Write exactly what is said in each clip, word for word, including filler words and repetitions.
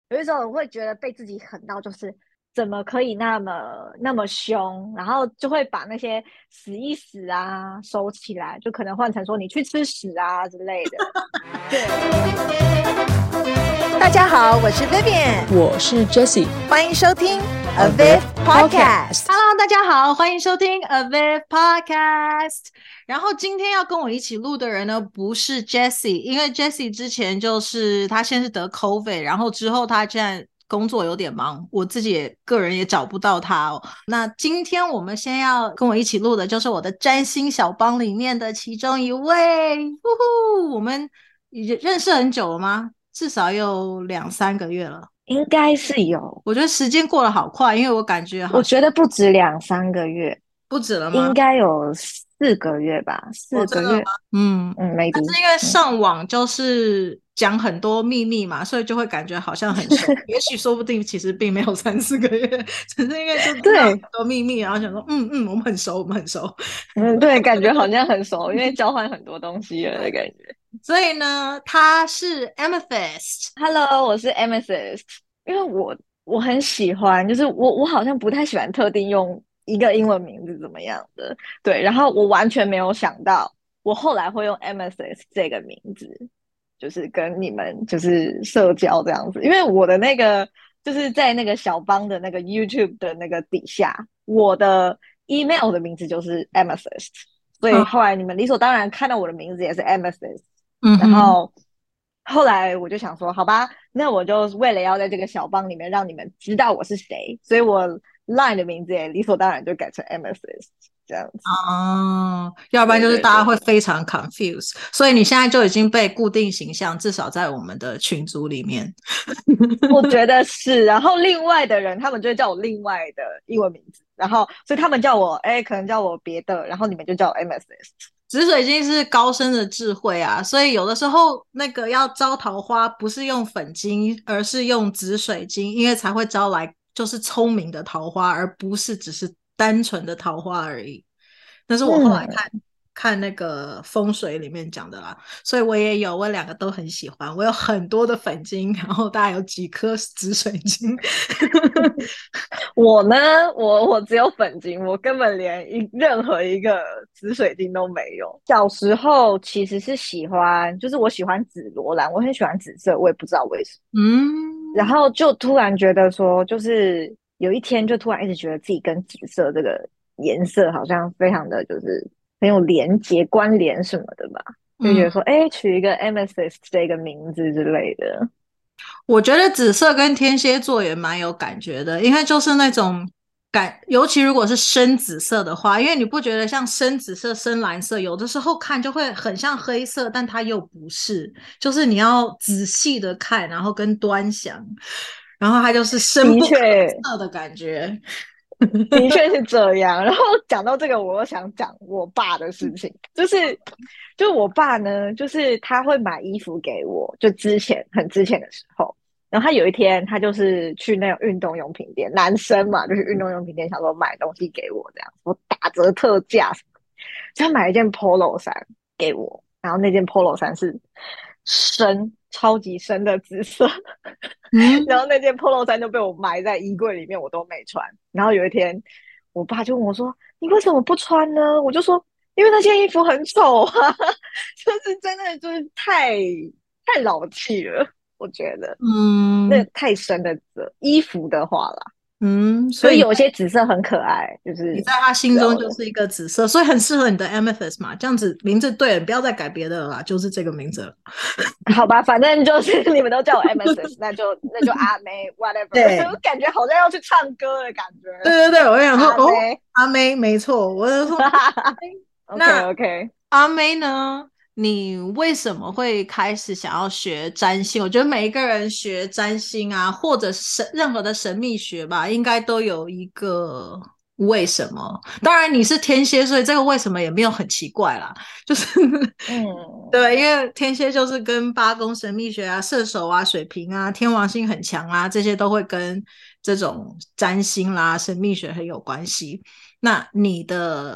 有一种会觉得被自己狠到，就是怎么可以那么那么凶，然后就会把那些死意思啊收起来，就可能换成说你去吃屎啊之类的。对。 大家好，我是 Vivian， 我是 Jessie， 欢迎收听 A Viv Podcast。 Hello， 大家好，欢迎收听 A Viv Podcast。然后今天要跟我一起录的人呢，不是 Jessie， 因为 Jessie 之前就是他先是得 COVID， 然后之后他现在工作有点忙，我自己也个人也找不到他哦。那今天我们先要跟我一起录的就是我的占星小帮里面的其中一位，呼呼，我们认识很久了吗？至少有两三个月了， 应该是有。 我觉得时间过得好快，因为我感觉好， 我觉得不止两三个月， 不止了吗？ 应该有四个月吧，四个月。 哦、嗯嗯 ，maybe。 但是因为上网就是讲很多秘密嘛，嗯、所以就会感觉好像很熟。也许说不定其实并没有三四个月，只是因为就知道很多秘密，然后想说，嗯嗯，我们很熟，我们很熟。 嗯，对，感觉好像很熟，因为交换很多东西了的感觉。 所以呢，他是 Amethyst。 Hello， 我是 Amethyst。因为我我很喜欢，就是我我好像不太喜欢特定用一个英文名字怎么样的，对。然后我完全没有想到，我后来会用 Amethyst 这个名字，就是跟你们就是社交这样子。因为我的那个就是在那个小帮的那个 YouTube 的那个底下，我的 email 的名字就是 Amethyst， 所以后来你们理所当然看到我的名字也是 Amethyst。 嗯， 然后后来我就想说，好吧，那我就为了要在这个小帮里面让你们知道我是谁，所以我 Line 的名字也理所当然就改成 Amethyst 这样子。 哦，要不然就是大家会非常 confused， 所以你现在就已经被固定形象，至少在我们的群组里面。 我觉得是，然后另外的人他们就会叫我另外的英文名字，然后所以他们叫我，哎，可能叫我别的，然后你们就叫我 Amethyst。 紫水晶是高深的智慧啊，所以有的时候那个要招桃花不是用粉晶，而是用紫水晶，因为才会招来就是聪明的桃花，而不是只是单纯的桃花而已。那是我后来看、嗯、看那个风水里面讲的啦，所以我也有，我两个都很喜欢，我有很多的粉晶，然后大概有几颗紫水晶。 我呢，我我只有粉晶，我根本连一任何一个紫水晶都没有。小时候其实是喜欢，就是我喜欢紫罗兰，我很喜欢紫色，我也不知道为什么。嗯，然后就突然觉得说，就是有一天就突然一直觉得自己跟紫色这个颜色好像非常的就是很有连结关联什么的吧，就觉得说，哎、嗯，取一个 Amethyst 这个名字之类的。 我觉得紫色跟天蝎座也蛮有感觉的，因为就是那种感，尤其如果是深紫色的话，因为你不觉得像深紫色、深蓝色，有的时候看就会很像黑色，但它又不是，就是你要仔细的看，然后跟端详，然后它就是深不可测的感觉。 的确是这样。然后讲到这个，我又想讲我爸的事情，就是就我爸呢，就是他会买衣服给我，就之前很之前的时候，然后他有一天他就是去那种运动用品店，男生嘛，就是运动用品店，想说买东西给我这样，我打折特价什么，就他买一件 polo 衫给我，然后那件 polo 衫是深超级深的紫色。嗯、然后那件 polo 衫就被我埋在衣柜里面，我都没穿。然后有一天我爸就问我说，你为什么不穿呢？我就说因为那件衣服很丑啊。就是真的就是太太老气了，我觉得。嗯，那太深的紫衣服的话啦，嗯，所以有些紫色很可爱，就是你在他心中就是一个紫色，所以很适合你的 Amethyst 嘛。这样子名字对了，不要再改别的了啦，就是这个名字了。 好吧，反正就是你们都叫我 Amethyst， 那就那就阿妹 whatever。对，我感觉好像要去唱歌的感觉。 对对对，我想说哦，阿妹没错，我就说。 OK OK， 阿妹呢？你为什么会开始想要学占星？我觉得每一个人学占星啊，或者是任何的神秘学吧，应该都有一个为什么。当然你是天蝎，所以这个为什么也没有很奇怪啦，就是嗯，对，因为天蝎就是跟八宫神秘学啊、射手啊、水瓶啊、天王星很强啊，这些都会跟这种占星啦、神秘学很有关系。那你的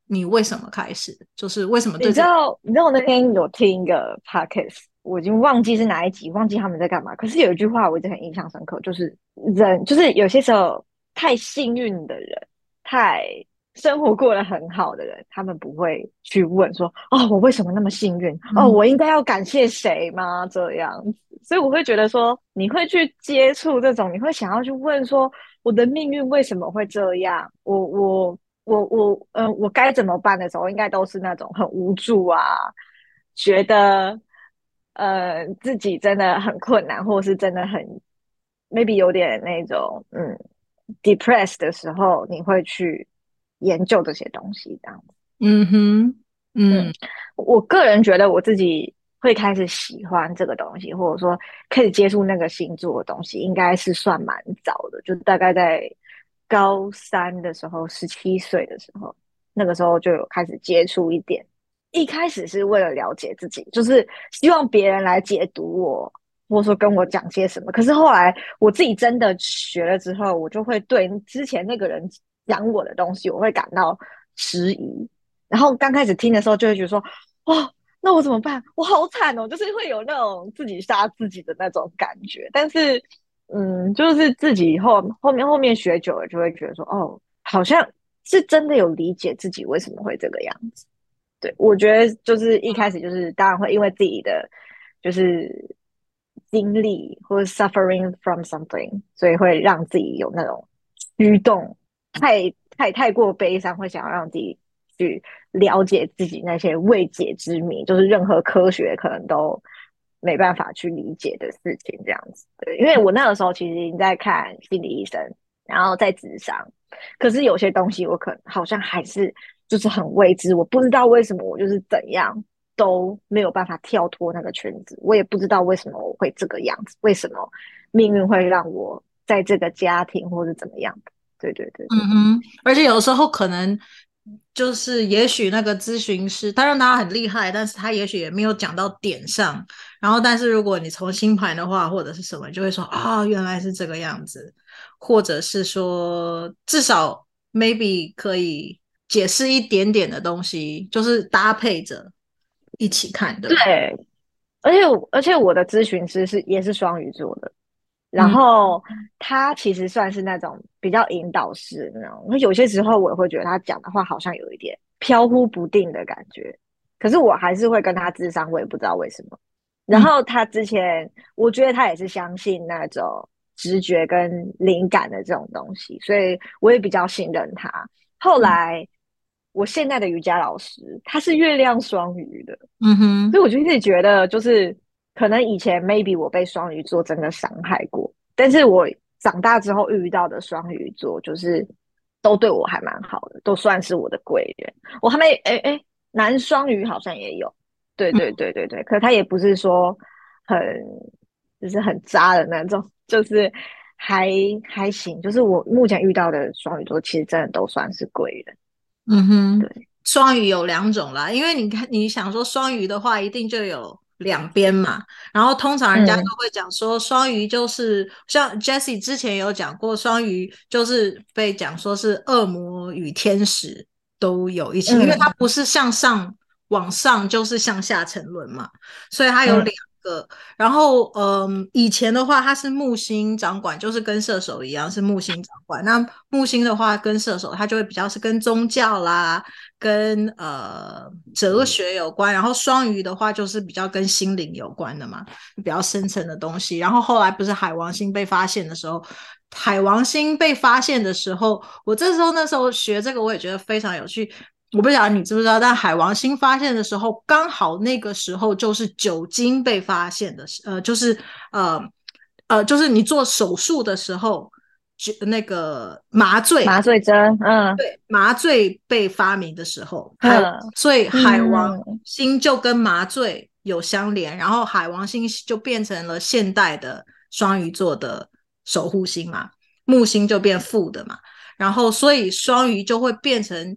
你为什么开始？就是为什么对你知这个？ 道，你知道我那天有听一个 podcast，我已经忘记是哪一集，忘记他们在干嘛。可是有一句话我一直很印象深刻，就是人，就是有些时候太幸运的人，太生活过得很好的人，他们不会去问说，哦，我为什么那么幸运？哦， 嗯我应该要感谢谁吗？这样子，所以我会觉得说，你会去接触这种，你会想要去问说，我的命运为什么会这样？我我我我嗯、呃，我该怎么办的时候，应该都是那种很无助啊，觉得呃自己真的很困难，或者是真的很 maybe 有点那种嗯 depressed 的时候，你会去研究这些东西，这样子。 嗯哼， 嗯， 嗯我个人觉得我自己会开始喜欢这个东西，或者说开始接触那个星座的东西，应该是算蛮早的，就大概在高三的时候，十七岁的时候，那个时候就有开始接触一点。一开始是为了了解自己，就是希望别人来解读我，或者说跟我讲些什么。可是后来我自己真的学了之后，我就会对之前那个人讲我的东西，我会感到迟疑。然后刚开始听的时候，就会觉得说，哇，那我怎么办？我好惨哦，就是会有那种自己杀自己的那种感觉。但是，嗯，就是自己后后面后面学久了，就会觉得说，哦，好像是真的有理解自己为什么会这个样子。对，我觉得就是一开始就是当然会因为自己的就是经历或者 suffering from something，所以会让自己有那种驱动，太太太过悲伤，会想要让自己去了解自己那些未解之谜，就是任何科学可能都没办法去理解的事情，这样子。对，因为我那个时候其实已经在看心理医生，然后在咨商，可是有些东西我可能好像还是就是很未知，我不知道为什么我就是怎样都没有办法跳脱那个圈子，我也不知道为什么我会这个样子，为什么命运会让我在这个家庭或是怎么样的。对对对对。 嗯哼，而且有时候可能就是也许那个咨询师他让他很厉害，但是他也许也没有讲到点上。然后，但是如果你从星盘的话，或者是什么，就会说啊、哦，原来是这个样子，或者是说至少 maybe 可以解释一点点的东西，就是搭配着一起看，对吧？ 对，而且而且我的咨询师是也是双鱼座的，然嗯后他其实算是那种比较引导式的那种，有些时候我会觉得他讲的话好像有一点飘忽不定的感觉，可是我还是会跟他咨商，我也不知道为什么。然嗯后他之前，我觉得他也是相信那种直觉跟灵感的这种东西，所以我也比较信任他。后来，我现在的瑜伽老师他是月亮双鱼的， 嗯哼所以我就一直觉得，就是可能以前 maybe 我被双鱼座真的伤害过，但是我长大之后遇到的双鱼座，就是都对我还蛮好的，都算是我的贵人。我还没，哎哎，男双鱼好像也有，对对对对对，可他也不是说很就是很渣的那种，就是还还行。就是我目前遇到的双鱼座，其实真的都算是贵人。 嗯哼， 对， 双鱼有两种啦，因为你看，你想说双鱼的话，一定就有两边嘛。然后通常人家都嗯会讲说，双鱼就是像 Jessie 之前有讲过，双鱼就是被讲说是恶魔与天使都有一起，因为它嗯不是向上往上，就是向下沉沦嘛，所以它有两嗯个。然后，嗯，以前的话，它是木星掌管，就是跟射手一样是木星掌管。那木星的话，跟射手它就会比较是跟宗教啦，跟呃哲学有关。然后双鱼的话，就是比较跟心灵有关的嘛，比较深层的东西。然后后来不是海王星被发现的时候，海王星被发现的时候，我这时候那时候学这个，我也觉得非常有趣。我不晓得你知不知道，但海王星发现的时候，刚好那个时候就是酒精被发现的，呃，就是呃呃，就是你做手术的时候，就那个麻醉， 麻醉针，嗯对，麻醉被发明的时候，海， 嗯所以海王嗯星就跟麻醉有相连，然后海王星就变成了现代的双鱼座的守护星嘛，木星就变负的嘛。然后所以双鱼就会变成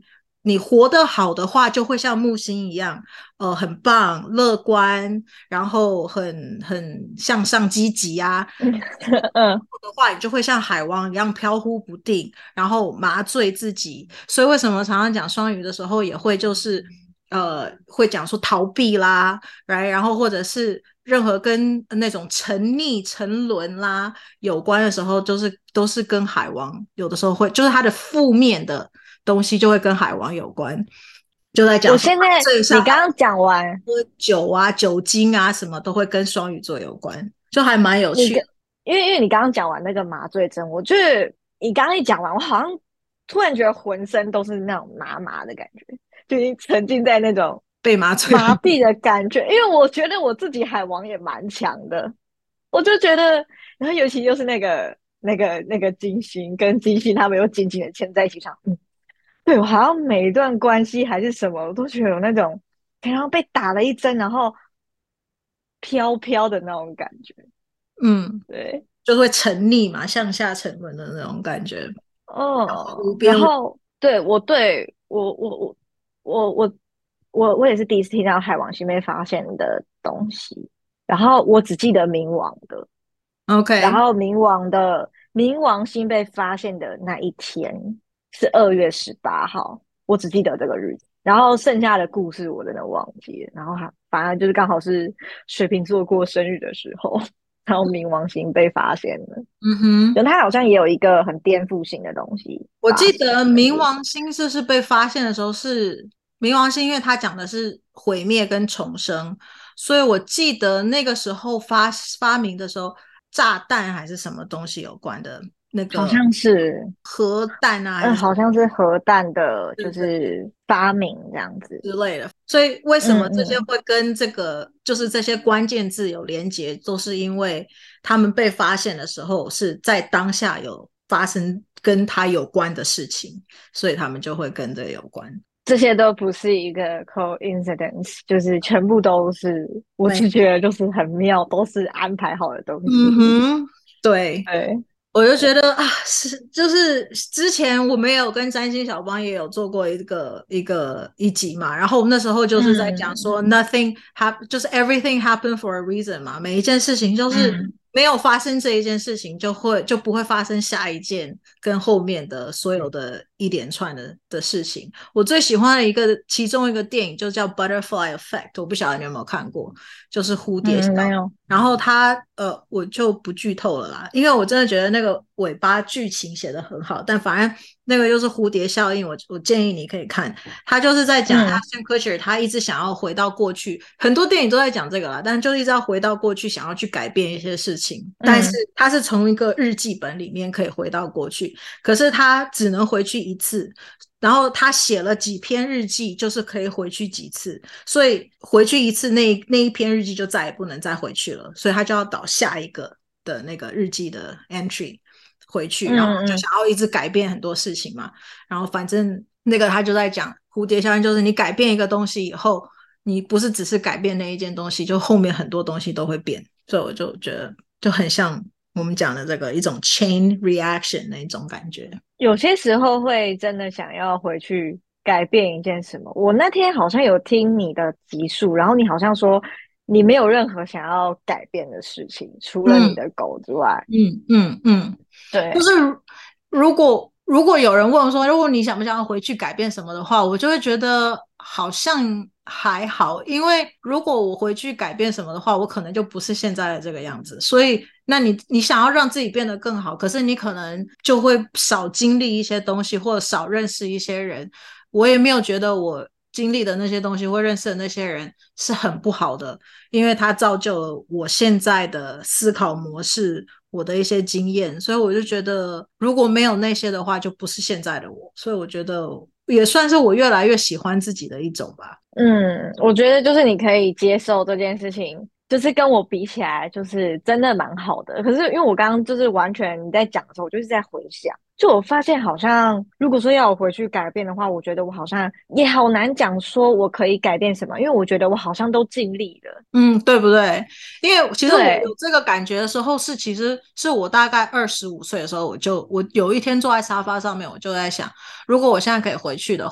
你活得好的话，就会像木星一样，呃，很棒、乐观，然后很很向上、积极啊。 嗯的话，你就会像海王一样飘忽不定，然后麻醉自己。所以为什么常常讲双鱼的时候，也会就是呃，会讲说逃避啦，right？ 然后或者是任何跟那种沉溺、沉沦啦有关的时候，就是都是跟海王有的时候会，就是它的负面的东西就会跟海王有关，就在讲说我现在你刚刚讲完喝酒啊、酒精啊什么都会跟双鱼座有关，就还蛮有趣的。 因为因为你刚刚讲完那个麻醉针，我就是你刚刚一讲完，我好像突然觉得浑身都是那种麻麻的感觉，就已经沉浸在那种被麻醉麻痹的感觉。因为我觉得我自己海王也蛮强的，我就觉得，然后尤其又是那个那个那个金星跟金星他们又紧紧的牵在一起上，嗯，对我好像每一段关系还是什么，我都觉得有那种好像被打了一针，然后飘飘的那种感觉。 嗯， 对， 就会沉溺嘛，向下沉沦的那种感觉。 哦， 边然后对我对我我我我我我我也是第一次听到海王星被发现的东西，然后我只记得冥王的，然 OK， 后冥王的冥王星被发现的那一天是二月十八号，我只记得这个日子，然后剩下的故事我真的忘记了，然后还反正就是刚好是水瓶座过生日的时候，然后冥王星被发现了。 嗯哼， 就它好像也有一个很颠覆性的东西我发生。 记得冥王星就是被发现的时候是冥王星，因为它讲的是毁灭跟重生，所以我记得那个时候发发明的时候，炸弹还是什么东西有关的那个好像是， 核弹啊，还嗯， 是好像是核弹的，就对对是发明这样子。 之类的。所以为什么这些嗯嗯会跟这个就是这些关键字有连结，都是因为他们被发现的时候是在当下有发生跟他有关的事情，所以他们就会跟这有关。 这些都不是一个 coincidence，就是全部都是，我没是觉得就是很妙，都是安排好的东西。 嗯哼，对。 对， 我就觉得啊，是就是之前我们也有跟占星小帮也有做过一个一个一集嘛，然后我们那时候就是在讲嗯说 nothing hap 就是 everything happen for a reason 嘛，每一件事情就是嗯没有发生这一件事情就会就不会发生下一件跟后面的所有的一连串的的事情。我最喜欢的一个其中一个电影就叫 Butterfly Effect， 我不晓得你有没有看过，就是蝴蝶效嗯， 应。 没有。 然后他呃，我就不剧透了啦，因为我真的觉得那个尾巴剧情写得很好，但反正那个就是蝴蝶效应，我我建议你可以看。他就是在讲 Ashton Kutcher，他一直想要回到过去，很多电影都在讲这个啦，但就是一直要回到过去，想要去改变一些事情。但是他是从一个日记本里面可以回到过去，可是他只能回去一次。然后他写了几篇日记，就是可以回去几次，所以回去一次那那一篇日记就再也不能再回去了，所以他就要导下一个的那个日记的 entry 回去，然后就想要一直改变很多事情嘛。然后反正那个他就在讲蝴蝶效应，就是你改变一个东西以后，你不是只是改变那一件东西，就后面很多东西都会变，所以我就觉得就很像我们讲的这个一种 chain reaction 那一种感觉。 有些时候会真的想要回去改变一件什么。我那天好像有听你的集数，然后你好像说你没有任何想要改变的事情，除了你的狗之外。 嗯嗯嗯， 对， 就是如果如果有人问说，如果你想不想要回去改变什么的话，我就会觉得好像还好，因为如果我回去改变什么的话，我可能就不是现在的这个样子。所以，那你你想要让自己变得更好，可是你可能就会少经历一些东西，或者少认识一些人。我也没有觉得我经历的那些东西或认识的那些人是很不好的，因为它造就了我现在的思考模式，我的一些经验，所以我就觉得如果没有那些的话，就不是现在的我。所以我觉得也算是我越来越喜欢自己的一种吧。 嗯，我觉得就是你可以接受这件事情，就是跟我比起来，就是真的蛮好的。可是因为我刚刚就是完全你在讲的时候，我就是在回想，就我发现好像如果说要我回去改变的话，我觉得我好像也好难讲说我可以改变什么，因为我觉得我好像都尽力了。 嗯，对不对？因为其实我有这个感觉的时候是，其实是我大概二十五岁的时候，我就我有一天坐在沙发上面，我就在想，如果我现在可以回去的话，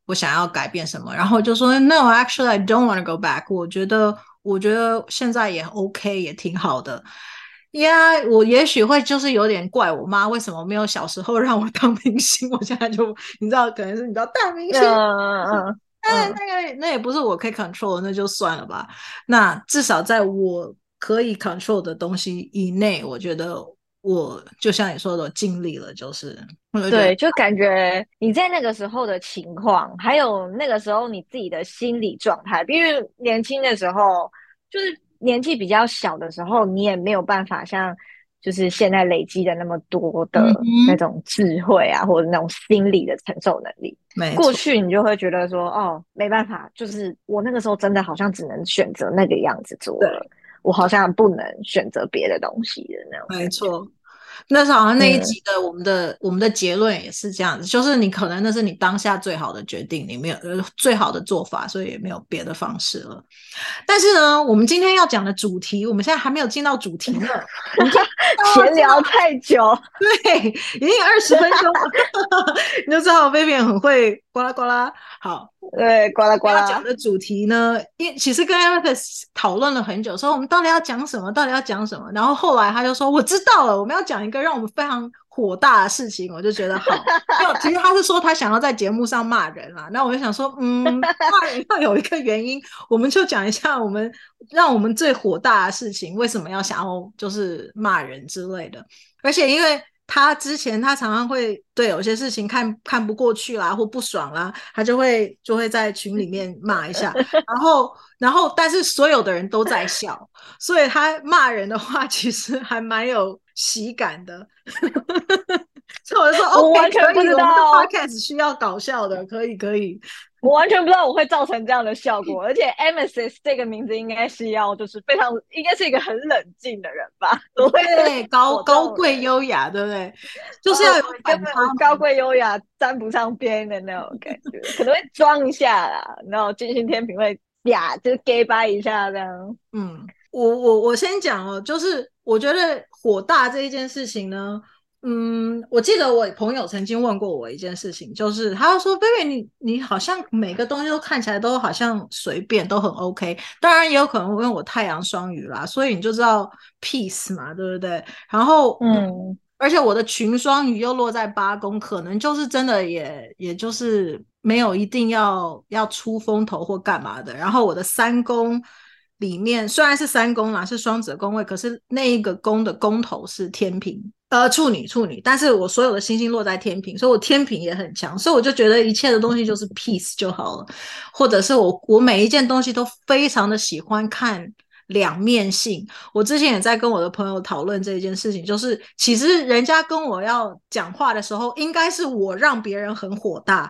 我想要改变什么，然后就说 No actually I don't want to go back， 我觉得我觉得现在也 OK 也挺好的。呀、yeah, 我也许会就是有点怪我妈为什么没有小时候让我当明星，我现在就你知道可能是你知道大明星， 嗯嗯但嗯， 那个那也不是我可以 control 的，那就算了吧。那至少在我可以 control 的东西以内，我觉得我就像你说的，我尽力了，就是我就觉得对，就感觉你在那个时候的情况，还有那个时候你自己的心理状态，因为年轻的时候，就是年纪比较小的时候，你也没有办法像就是现在累积的那么多嗯的那哼， 种智慧啊，或者那种心理的承受能力。过没错。 去你就会觉得说，哦，没办法，就是我那个时候真的好像只能选择那个样子做了， 对我好像不能选择别的东西的那种感觉。 没错，那是好像那一嗯， 集的我们的我们的结论也是这样子，就是你可能那是你当下最好的决定，你没有呃最好的做法，所以也没有别的方式了。但是呢，我们今天要讲的主题，我们现在还没有进到主题呢。我们今天要进到闲聊太久， 对，已经二十分钟了，你就知道 Vivian 很会呱啦呱啦。好， 对，呱啦呱要讲啦。 的主题呢，因其实跟 Alex 讨论了很久，说我们到底要讲什么，到底要讲什么。然后后来他就说，我知道了，我们要讲一个让我们非常火大的事情。我就觉得好，没有，其实他是说他想要在节目上骂人啦。那我就想说，嗯，骂人要有一个原因，我们就讲一下我们让我们最火大的事情，为什么要想要就是骂人之类的。而且因为他之前他常常会对有些事情看看不过去啦或不爽啦，他就会就会在群里面骂一下，然后然后但是所有的人都在笑，所以他骂人的话其实还蛮有喜感的。所以我就说我 OK 完全不知可以，我们的道， podcast 需要搞笑的，可以可以。 我完全不知道我会造成这样的效果。而且 Amethyst 这个名字应该是要就是非常，应该是一个很冷静的人吧？不会是对，高我这高贵种人。 优雅，对不对？就是呃， 要有我根本反差高贵优雅沾不上边的那种感觉，可能会装一下啦，然后金星天平会嗲，就是 gay 掰一下这样。 嗯，我我我先讲哦，就是我觉得火大这一件事情呢，嗯，我记得我朋友曾经问过我一件事情，就是他说：“baby，你你好像每个东西都看起来都好像随便，都很 OK。当然也有可能因为我太阳双鱼啦，所以你就知道 peace 嘛，对不对？然后嗯。” 嗯而且我的群双鱼又落在八宫，可能就是真的也也就是没有一定要要出风头或干嘛的。然后我的三宫里面虽然是三宫啦，是双子的宫位，可是那一个宫的宫头是天平，呃，处女处女。但是我所有的星星落在天平，所以我天平也很强，所以我就觉得一切的东西就是 peace 就好了，或者是我我每一件东西都非常的喜欢看两面性。我之前也在跟我的朋友讨论这件事情，就是其实人家跟我要讲话的时候，应该是我让别人很火大。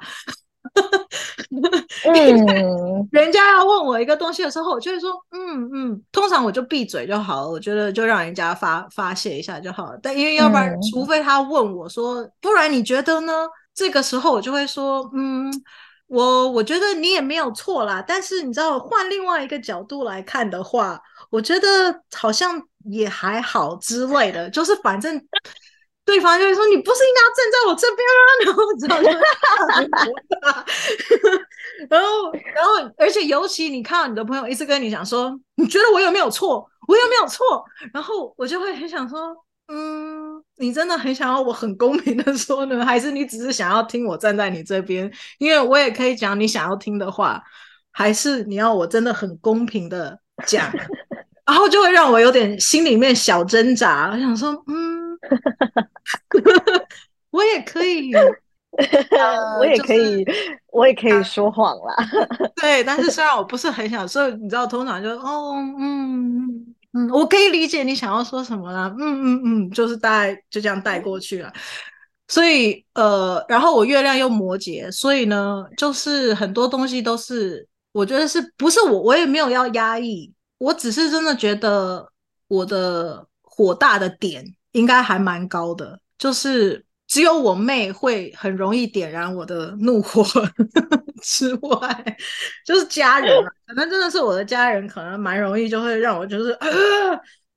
嗯人家要问我一个东西的时候，我就会说嗯嗯，通常我就闭嘴就好了，我觉得就让人家发发泄一下就好了。但因为要不然， 嗯， 除非他问我说，不然你觉得呢？这个时候我就会说，嗯，我我觉得你也没有错啦，但是你知道，换另外一个角度来看的话，我觉得好像也还好之类的，就是反正对方就会说你不是应该要站在我这边吗？然后知道就然后然后而且尤其你看到你的朋友一直跟你讲说，你觉得我有没有错？我有没有错？然后我就会很想说。嗯，你真的很想要我很公平的说呢，还是你只是想要听我站在你这边？因为我也可以讲你想要听的话，还是你要我真的很公平的讲？然后就会让我有点心里面小挣扎，我想说，嗯，我也可以， 我呃，就是也可以，我也可以说谎啦。 对，但是虽然我不是很想，所以你知道，通常就哦，嗯嗯，我可以理解你想要说什么啦，嗯嗯嗯，就是大概就这样带过去了。所以呃，然后我月亮又摩羯，所以呢，就是很多东西都是，我觉得是不是我，我也没有要压抑，我只是真的觉得我的火大的点应该还蛮高的，就是只有我妹会很容易点燃我的怒火之外，就是家人啊，可能真的是我的家人，可能蛮容易就会让我就是呃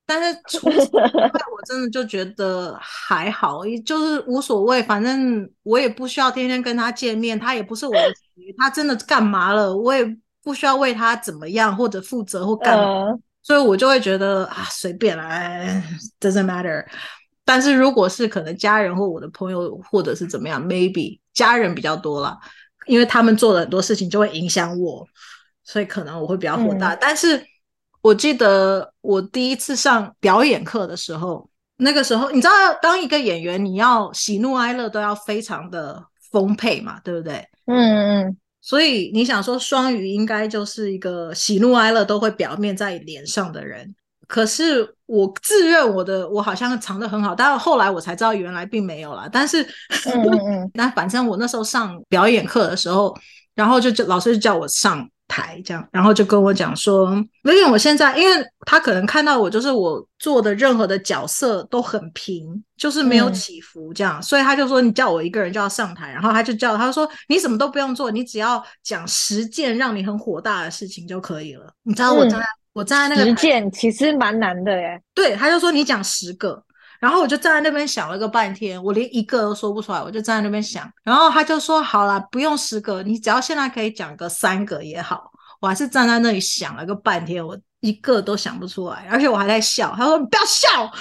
但是除此之外，我真的就觉得还好，就是无所谓，反正我也不需要天天跟他见面，他也不是我的谁，他真的干嘛了，我也不需要为他怎么样或者负责或干嘛， 呃所以我就会觉得啊，随便啦，哎 doesn't matter。但是如果是可能家人或我的朋友或者是怎么样 ，maybe 家人比较多啦，因为他们做了很多事情就会影响我，所以可能我会比较火大。 嗯但是我记得我第一次上表演课的时候，那个时候你知道，当一个演员，你要喜怒哀乐都要非常的丰沛嘛，对不对？ 嗯嗯所以你想说双鱼应该就是一个喜怒哀乐都会表面在脸上的人，可是我自认我的我好像藏得很好，但后来我才知道原来并没有啦。但是嗯嗯嗯， 那反正我那时候上表演课的时候，然后就老师就叫我上台这样，然后就跟我讲说，因为我现在因为他可能看到我就是我做的任何的角色都很平，就是没有起伏这样，嗯、所以他就说你叫我一个人就要上台，然后他就叫他就说你什么都不用做，你只要讲十件让你很火大的事情就可以了。你知道我站在、嗯、我站在那个实践其实蛮难的耶。 对，他就说你讲十个。然后我就站在那边想了个半天，我连一个都说不出来，我就站在那边想。然后他就说好啦，不用十个，你只要现在可以讲个三个也好。我还是站在那里想了个半天，我一个都想不出来，而且我还在笑。他说你不要笑，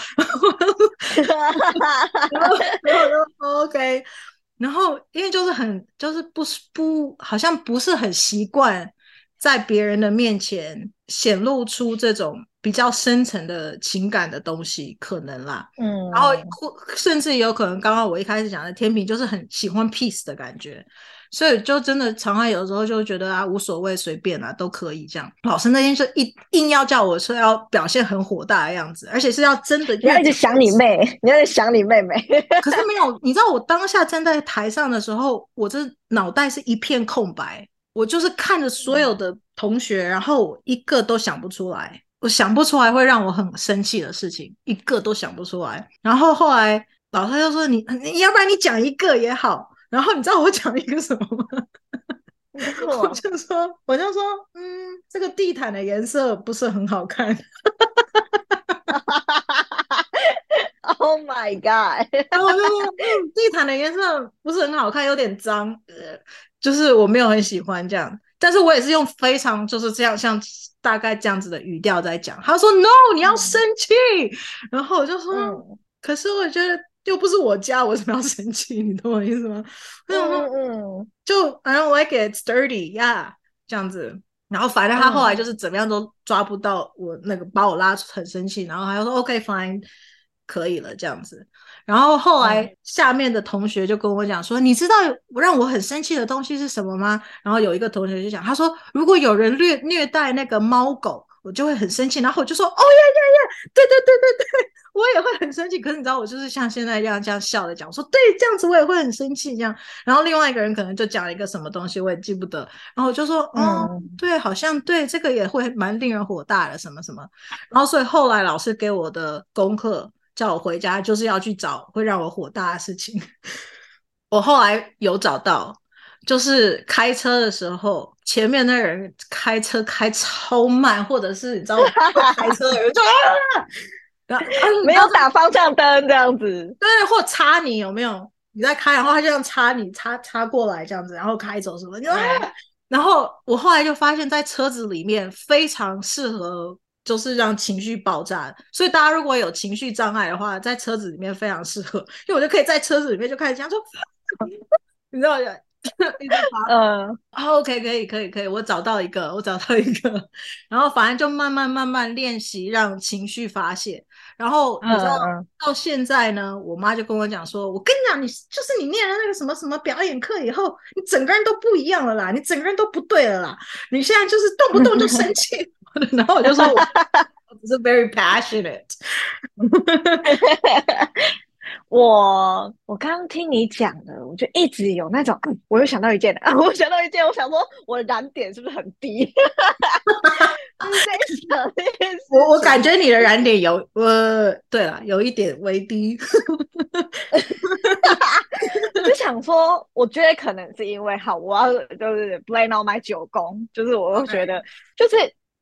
然后我就 OK。然后因为就是很就是不不好像不是很习惯在别人的面前显露出这种比较深层的情感的东西，可能啦。嗯，然后甚至有可能刚刚我一开始讲的天秤就是很喜欢 peace 的感觉。所以就真的常常有时候就觉得啊无所谓随便啊都可以这样。老师那天就一硬要叫我说要表现很火大的样子，而且是要真的。 你要一直想你妹，你要一直想你妹妹。 可是没有，你知道我当下站在台上的时候，我这脑袋是一片空白，我就是看着所有的同学，然后我一个都想不出来，我想不出来会让我很生气的事情，一个都想不出来。然后后来老师就说你你要不然你讲一个也好。然后你知道我讲一个什么吗？我就说，我就说，嗯，这个地毯的颜色不是很好看。 Oh my god！ 然后我就说，嗯，地毯的颜色不是很好看，有点脏，呃，就是我没有很喜欢这样。但是我也是用非常就是这样像大概这样子的语调在讲。他说 ：“No， 你要生气。嗯”然后我就说：“嗯、可是我觉得。”又不是我家，我为什么要生气？你懂我意思吗？嗯嗯，就反正我也给 sturdy 呀、yeah, 这样子，然后反正他后来就是怎么样都抓不到我那个，把我拉很生气，然后他就说 OK fine 可以了这样子。然后后来下面的同学就跟我讲说，你知道让我很生气的东西是什么吗？然后有一个同学就讲，他说如果有人虐虐待那个猫狗，我就会很生气。然后我就说哦呀呀呀，对对对对对。我也会很生气，可是你知道我就是像现在这样这样笑的讲，我说对这样子我也会很生气这样。然后另外一个人可能就讲了一个什么东西我也记不得，然后我就说哦、嗯、对好像对这个也会蛮令人火大的什么什么。然后所以后来老师给我的功课叫我回家就是要去找会让我火大的事情。我后来有找到，就是开车的时候前面那人开车开超慢，或者是你知道开车的人就啊然后、啊、没有打方向灯这样子， 对，或插你有没有？你在开，然后他就这样插你，插插过来这样子，然后开走什么？啊、然后我后来就发现，在车子里面非常适合，就是让情绪爆炸。所以大家如果有情绪障碍的话，在车子里面非常适合，因为我就可以在车子里面就开始讲说，你知道吗？一直发嗯、哦、OK 可以可以可以，我找到一个我找到一个，然后反正就慢慢慢慢练习让情绪发泄。然后你知道、嗯、到现在呢，我妈就跟我讲说，我跟你讲，你就是你念了那个什么什么表演课以后，你整个人都不一样了啦，你整个人都不对了啦，你现在就是动不动就生气。然后我就说我我只是 very passionate。 我我刚刚听你讲的，我就一直有那种，嗯、我又想到一件，啊，我想到一件，我想说我的燃点是不是很低？就是在想这件事。 我我感觉你的燃点有，呃，对了，有一点微低。 就想说，我觉得可能是因为好，我要就是 blame on my 九宫，就是我觉得、okay. 就是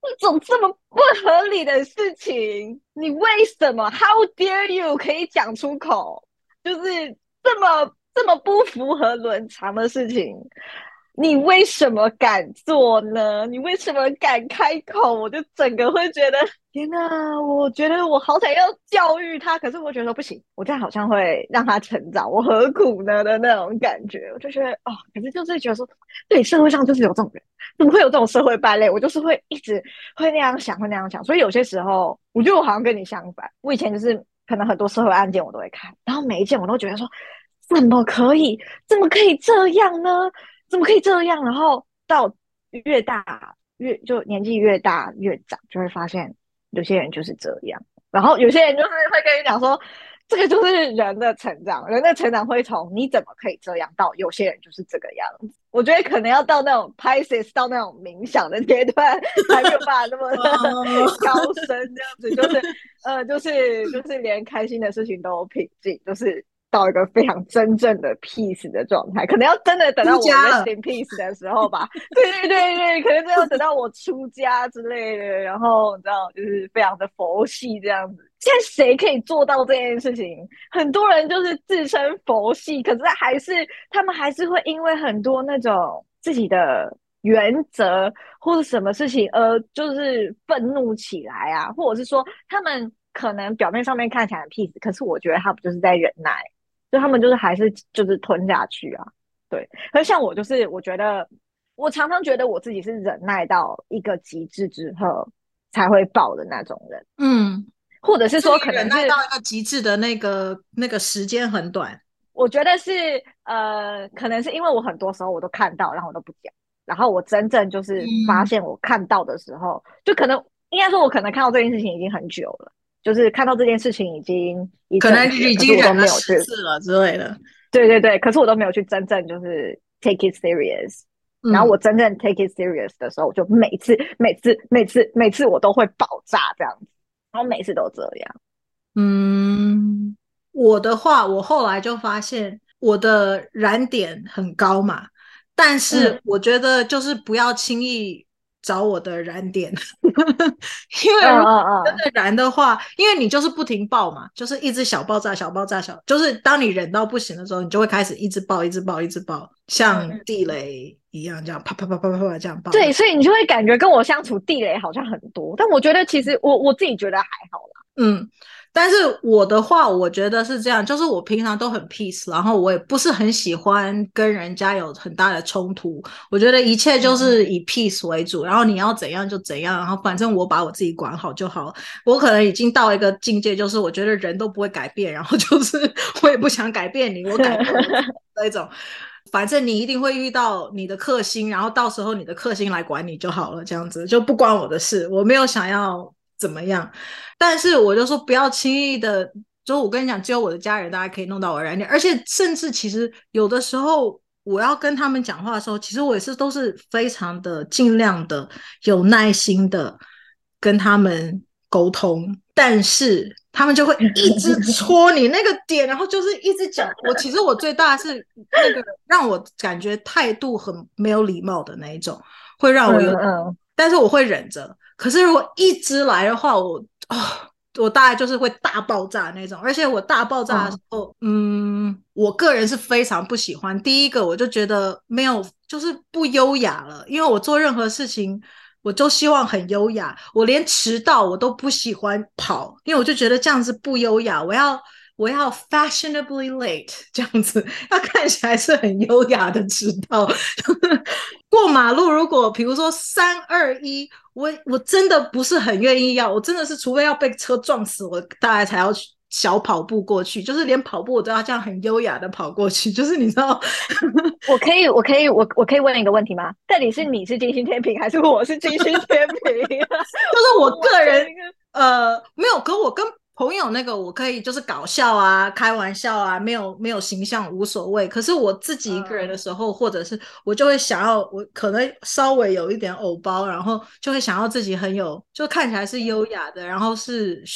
这种这么不合理的事情，你为什么 How dare you 可以讲出口？就是这么这么不符合伦常的事情，你为什么敢做呢？你为什么敢开口？我就整个会觉得，天哪！我觉得我好想要教育他，可是我觉得不行，我这样好像会让他成长，我何苦呢的那种感觉。我就觉得哦，可是就是觉得说，对，社会上就是有这种人，怎么会有这种社会败类？我就是会一直会那样想，会那样想。所以有些时候，我觉得我好像跟你相反，我以前就是可能很多社会案件我都会看，然后每一件我都觉得说，怎么可以，怎么可以这样呢？怎么可以这样？然后到越大越就年纪越大越长，就会发现有些人就是这样。然后有些人就是会跟你讲说，这个就是人的成长，人的成长会从你怎么可以这样到有些人就是这个样子。我觉得可能要到那种 Pisces 到那种冥想的阶段，才没有办法那么高深这样子，就是呃，就是就是连开心的事情都有平静，就是到一个非常真正的 peace 的状态，可能要真的等到我 rest in peace 的时候吧。对对对对，可能真要等到我出家之类的，然后你知道，就是非常的佛系这样子。现在谁可以做到这件事情？很多人就是自称佛系，可是还是他们还是会因为很多那种自己的原则或者什么事情而就是愤怒起来啊，或者是说他们可能表面上面看起来很 peace， 可是我觉得他们就是在忍耐。就他们就是还是就是吞下去啊，对。可是像我就是我觉得我常常觉得我自己是忍耐到一个极致之后才会爆的那种人， 嗯， 或者是说可能是忍耐到一个极致的那个那个时间很短。 我觉得是呃，可能是因为我很多时候我都看到，然后我都不讲，然后我真正就是发现我看到的时候，嗯、就可能应该说，我可能看到这件事情已经很久了。就是看到这件事情已经一可能已经忍了十次了之类的， 对对对，可是我都没有去真正就是 take it serious，嗯、然后我真正 take it serious 的时候，我就每次每次每次每次我都会爆炸这样子，然后每次都这样。 嗯，我的话，我后来就发现我的燃点很高嘛，但是我觉得就是不要轻易找我的燃点因为如果真的燃的话、嗯嗯嗯、因为你就是不停爆嘛，就是一直小爆炸小爆炸小，就是当你忍到不行的时候，你就会开始一直爆一直爆一直爆，像地雷一样这样啪啪啪啪啪啪这样爆。 对，所以你就会感觉跟我相处地雷好像很多，但我觉得其实我我自己觉得还好啦。 嗯，但是我的话我觉得是这样，就是我平常都很 peace， 然后我也不是很喜欢跟人家有很大的冲突，我觉得一切就是以 peace 为主，然后你要怎样就怎样，然后反正我把我自己管好就好。我可能已经到一个境界，就是我觉得人都不会改变，然后就是我也不想改变你，我改变我那种反正你一定会遇到你的克星，然后到时候你的克星来管你就好了，这样子就不关我的事，我没有想要怎么样。但是我就说不要轻易的，就我跟你讲，只有我的家人大家可以弄到我的燃点，而且甚至其实有的时候我要跟他们讲话的时候，其实我也是都是非常的尽量的有耐心的跟他们沟通，但是他们就会一直戳你那个点，然后就是一直讲。我其实我最大的是那个让我感觉态度很没有礼貌的那一种，会让我有点、嗯嗯、但是我会忍着。可是如果一直来的话，我哦，我大概就是会大爆炸那种。而且我大爆炸的时候、哦、嗯，我个人是非常不喜欢。第一个我就觉得没有，就是不优雅了，因为我做任何事情我就希望很优雅，我连迟到我都不喜欢跑，因为我就觉得这样子不优雅，我要我要 fashionably late 这样子，要看起来是很优雅的迟到过马路如果比如说三二一，我我真的不是很愿意要，我真的是除非要被车撞死我大概才要小跑步过去，就是连跑步我都要这样很优雅的跑过去，就是你知道我可以我可以我我可以问一个问题吗？到底是你是金星天秤还是我是金星天秤就是我个人呃没有，可我跟朋友那个我可以就是搞笑啊开玩笑啊，没有没有形象无所谓，可是我自己一个人的时候、嗯、或者是我就会想要，我可能稍微有一点偶包，然后就会想要自己很有就看起来是优雅的，然后是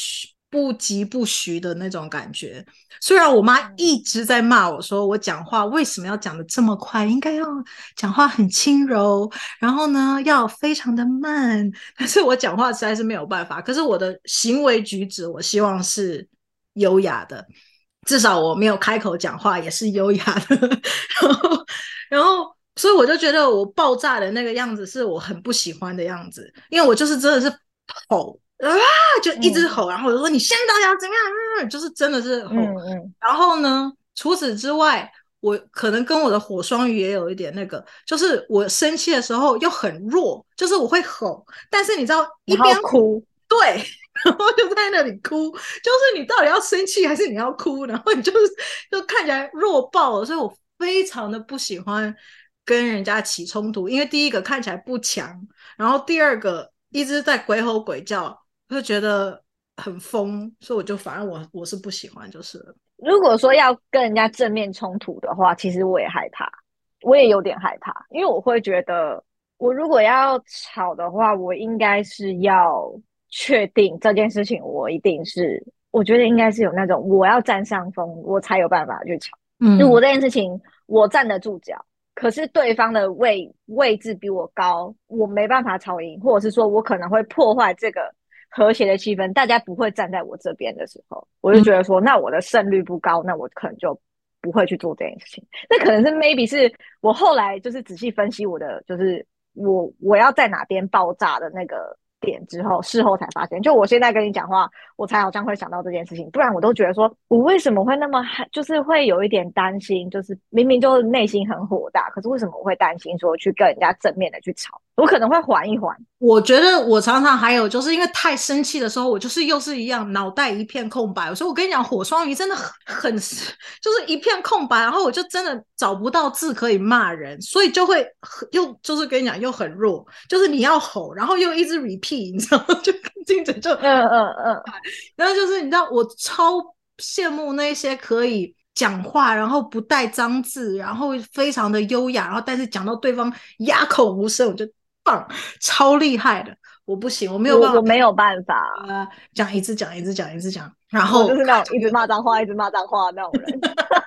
不疾不徐的那种感觉。虽然我妈一直在骂我说我讲话为什么要讲得这么快，应该要讲话很轻柔，然后呢要非常的慢，但是我讲话实在是没有办法。可是我的行为举止我希望是优雅的，至少我没有开口讲话也是优雅的然后然后所以我就觉得我爆炸的那个样子是我很不喜欢的样子，因为我就是真的是吼啊，就一直吼，嗯、然后我就说你现在到底要怎么样、嗯、就是真的是吼、嗯嗯、然后呢除此之外我可能跟我的火双鱼也有一点那个，就是我生气的时候又很弱，就是我会吼，但是你知道一边哭， 对，然后就在那里哭，就是你到底要生气还是你要哭，然后你就是就看起来弱爆了，所以我非常的不喜欢跟人家起冲突，因为第一个看起来不强，然后第二个一直在鬼吼鬼叫，我就觉得很疯，所以我就反正我我是不喜欢就是了。 如果说要跟人家正面冲突的话，其实我也害怕，我也有点害怕，因为我会觉得我如果要吵的话，我应该是要确定这件事情，我一定是我觉得应该是有那种我要占上风，我才有办法去吵。嗯，如果这件事情我站得住脚，可是对方的位位置比我高，我没办法吵赢，或者是说我可能会破坏这个和谐的气氛，大家不会站在我这边的时候，我就觉得说，嗯、那我的胜率不高，那我可能就不会去做这件事情。那可能是 maybe 是我后来就是仔细分析我的，就是我我要在哪边爆炸的那个点之后，事后才发现，就我现在跟你讲话，我才好像会想到这件事情，不然我都觉得说我为什么会那么就是会有一点担心，就是明明就是内心很火大，可是为什么我会担心说去跟人家正面的去吵？我可能会缓一缓。 我觉得我常常还有就是因为太生气的时候，我就是又是一样脑袋一片空白。所以我跟你讲，火双鱼真的很很就是一片空白，然后我就真的找不到字可以骂人，所以就会又就是跟你讲又很弱，就是你要吼，然后又一直 repeat， 你知道吗？就听着就嗯嗯嗯， 然后就是你知道我超羡慕那些可以讲话然后不带脏字，然后非常的优雅，然后但是讲到对方哑口无声，我就棒，超厉害的。我不行，我没有办法， 我, 我没有办法呃，讲一直讲一直讲一直讲，然后我就是那种一直骂脏话一直骂脏话那种人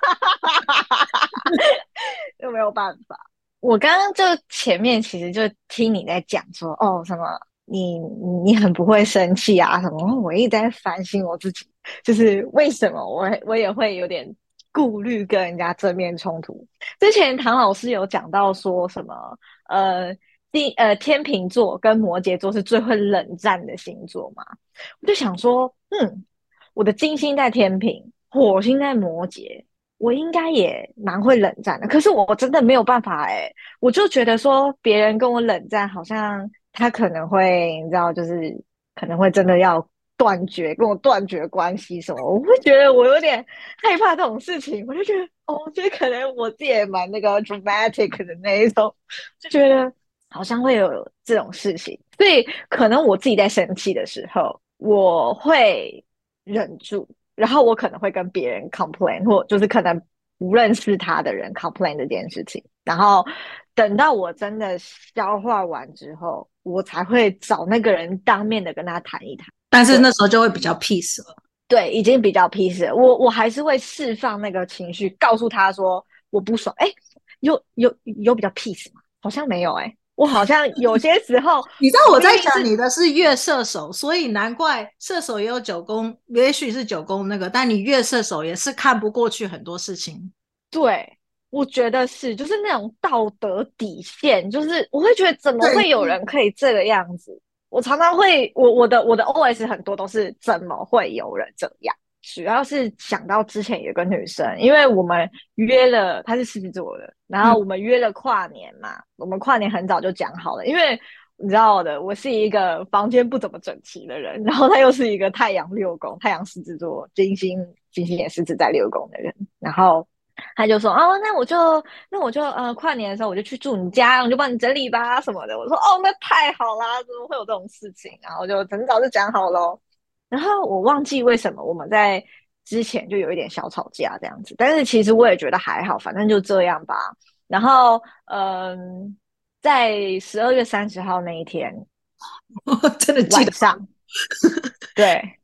就没有办法。我刚刚就前面其实就听你在讲说哦什么你你很不会生气啊什么，我一直在反省我自己，就是为什么我我也会有点顾虑跟人家正面冲突。之前唐老师有讲到说什么呃第呃天秤座跟摩羯座是最会冷战的星座嘛，我就想说嗯我的金星在天秤，火星在摩羯，我应该也蛮会冷战的，可是我真的没有办法哎、欸，我就觉得说别人跟我冷战，好像他可能会你知道，就是可能会真的要断绝跟我断绝关系什么，我会觉得我有点害怕这种事情，我就觉得哦，这可能我自己也蛮那个 dramatic 的那一种，就觉得好像会有这种事情，所以可能我自己在生气的时候，我会忍住。然后我可能会跟别人 complain， 或就是可能不认识他的人 complain 这件事情，然后等到我真的消化完之后，我才会找那个人当面的跟他谈一谈。 但是那时候就会比较 peace 了。 对，已经比较 peace 了。我我还是会释放那个情绪，告诉他说我不爽。哎，有有有比较 peace 吗？好像没有哎、欸。我好像有些时候， 你知道我在想你的是月射手，所以难怪射手也有九宫，也许是九宫那个，但你月射手也是看不过去很多事情。 对，我觉得是，就是那种道德底线，就是我会觉得怎么会有人可以这个样子？我常常会，我我的我的 O S 很多都是怎么会有人这样？主要是想到之前有个女生，因为我们约了，她是狮子座的，然后我们约了跨年嘛，嗯、我们跨年很早就讲好了，因为你知道的，我是一个房间不怎么整齐的人，然后她又是一个太阳六宫，太阳狮子座，金星金星也狮子在六宫的人，然后他就说哦，那我就那我就呃跨年的时候我就去住你家，我就帮你整理吧什么的。我说哦，那太好啦，怎么会有这种事情？然后就很早就讲好咯。然后我忘记为什么我们在之前就有一点小吵架这样子，但是其实我也觉得还好，反正就这样吧。然后嗯，在十二月三十号那一天真的记得晚上，对，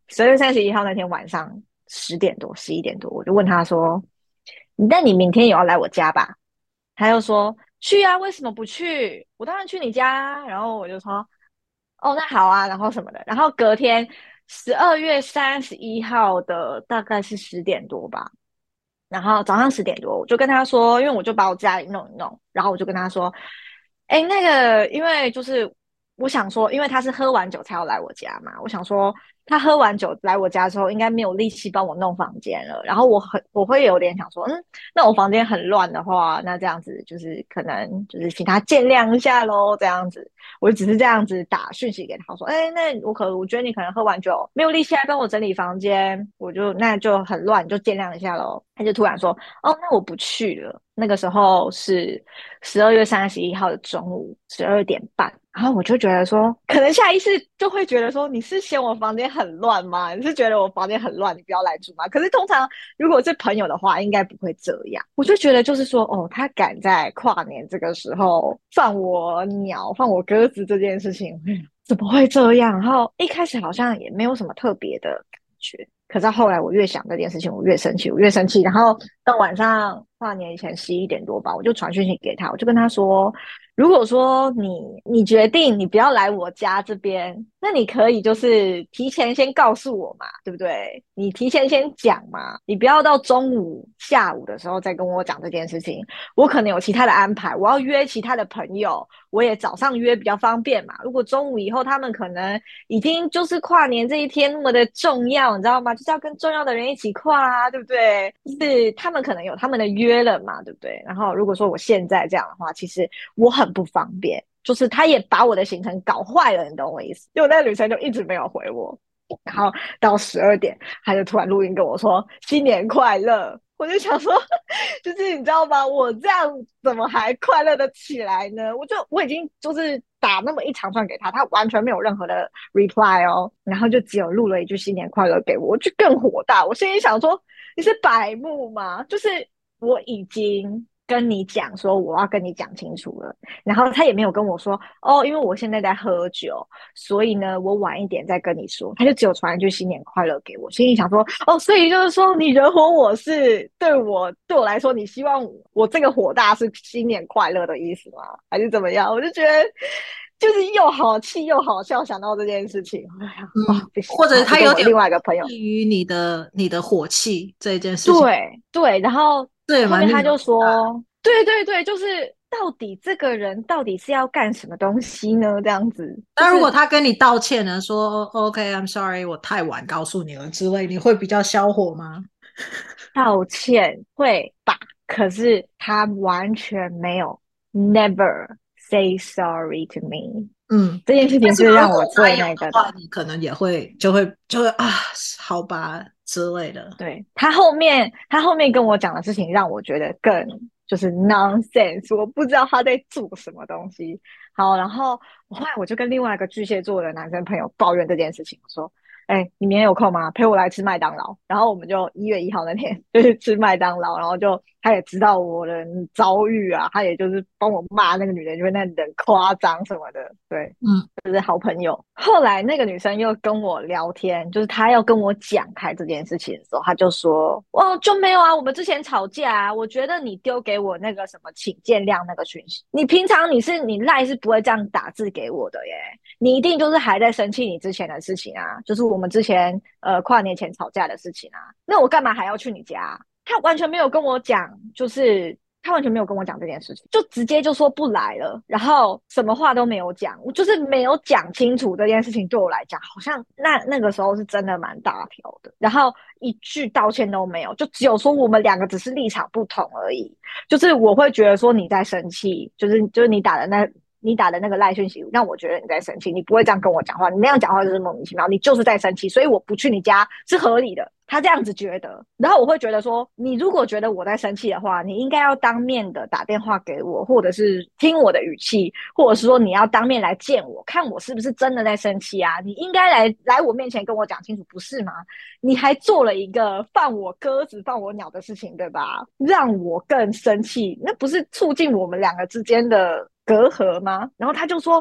十二月三十一号那天晚上十点多、十一点多，我就问他说：“那你明天有要来我家吧？”他又说：“去啊，为什么不去？我当然去你家。”然后我就说：“哦，那好啊。”然后什么的。然后隔天十二月三十一号的大概是十点多吧。然后早上十点多，我就跟他说，因为我就把我家里弄一弄，然后我就跟他说：“哎，那个，因为就是我想说，因为他是喝完酒才要来我家嘛，我想说他喝完酒来我家之后，应该没有力气帮我弄房间了。然后我很我会有点想说，嗯，那我房间很乱的话，那这样子就是可能就是请他见谅一下咯，这样子。”我只是这样子打讯息给他说：“哎，那我可我觉得你可能喝完酒没有力气来帮我整理房间，我就那就很乱，你就见谅一下咯。”他就突然说：“哦，那我不去了。”那个时候是十二月三十一号的中午十二点半，然后我就觉得说，可能下意识就会觉得说，你是嫌我房间很乱吗？你是觉得我房间很乱，你不要来住吗？可是通常如果是朋友的话，应该不会这样。我就觉得就是说，哦，他敢在跨年这个时候放我鸟、放我鸽子这件事情，怎么会这样？然后一开始好像也没有什么特别的感觉。可是后来我越想这件事情，我越生气，我越生气。然后到晚上跨年以前十一点多吧，我就传讯息给他，我就跟他说：“如果说你你决定你不要来我家这边，那你可以就是提前先告诉我嘛，对不对？你提前先讲嘛，你不要到中午下午的时候再跟我讲这件事情。我可能有其他的安排，我要约其他的朋友，我也早上约比较方便嘛。如果中午以后他们可能已经就是跨年这一天那么的重要，你知道吗？就是要跟重要的人一起跨啊，对不对？就是他们可能有他们的约了嘛，对不对？然后如果说我现在这样的话，其实我很不方便，就是他也把我的行程搞坏了，你懂我意思？就那个女生就一直没有回我，然后到十二点，他就突然录音跟我说新年快乐。我就想说，就是你知道吗？我这样怎么还快乐的起来呢？我就我已经就是打那么一长串给他，他完全没有任何的 reply 哦，然后就只有录了一句新年快乐给我，我就更火大。我心里想说，你是白目吗？就是我已经跟你讲说我要跟你讲清楚了，然后他也没有跟我说哦，因为我现在在喝酒，所以呢我晚一点再跟你说，他就只有传一句新年快乐给我。心里想说，哦，所以就是说你惹火我是对我对我来说，你希望我这个火大是新年快乐的意思吗？还是怎么样？我就觉得就是又好气又好笑，想到这件事情，哎呀， 嗯， 哦，不行， 或者他有点另外一个朋友基于你的你的火气这一件事情， 对对，然后这也蛮令人后面他就说，对对对，就是到底这个人到底是要干什么东西呢？这样子，就那如果是他跟你道歉呢，说 OK，I'm sorry，我太晚告诉你了之类，你会比较消火吗？ 道歉会吧，可是他完全没有 never say sorry to me。 嗯， 这件事情但是是让我如果他最那个的。 有的话，你可能也会就会就会啊，好吧之类的。 对，他后面，他后面跟我讲的事情让我觉得更就是 nonsense，我不知道他在做什么东西。好，然后后来我就跟另外一个巨蟹座的男生朋友抱怨这件事情，我说：“哎，你明天有空吗？陪我来吃麦当劳。”然后我们就一月一号那天就去吃麦当劳，然后就他也知道我的遭遇啊，他也就是帮我骂那个女人，因为那人夸张什么的，对， 嗯， 就是好朋友。后来那个女生又跟我聊天，就是她要跟我讲开这件事情的时候，她就说：“哦，就没有啊，我们之前吵架啊，我觉得你丢给我那个什么请见谅那个讯息，你平常你是你赖是不会这样打字给我的耶，你一定就是还在生气你之前的事情啊，就是我们之前呃跨年前吵架的事情啊，那我干嘛还要去你家？”他完全没有跟我讲，就是他完全没有跟我讲这件事情，就直接就说不来了，然后什么话都没有讲，我就是没有讲清楚这件事情。对我来讲，好像那那个时候是真的蛮大条的，然后一句道歉都没有，就只有说我们两个只是立场不同而已。就是我会觉得说你在生气，就是就是你打的那。你打的那个赖讯息让我觉得你在生气，你不会这样跟我讲话，你那样讲话就是莫名其妙，你就是在生气，所以我不去你家是合理的。他这样子觉得，然后我会觉得说，你如果觉得我在生气的话，你应该要当面的打电话给我，或者是听我的语气，或者是说你要当面来见我，看我是不是真的在生气啊？你应该来来我面前跟我讲清楚，不是吗？你还做了一个放我鸽子、放我鸟的事情，对吧？让我更生气，那不是促进我们两个之间的隔阂吗？然后他就说：“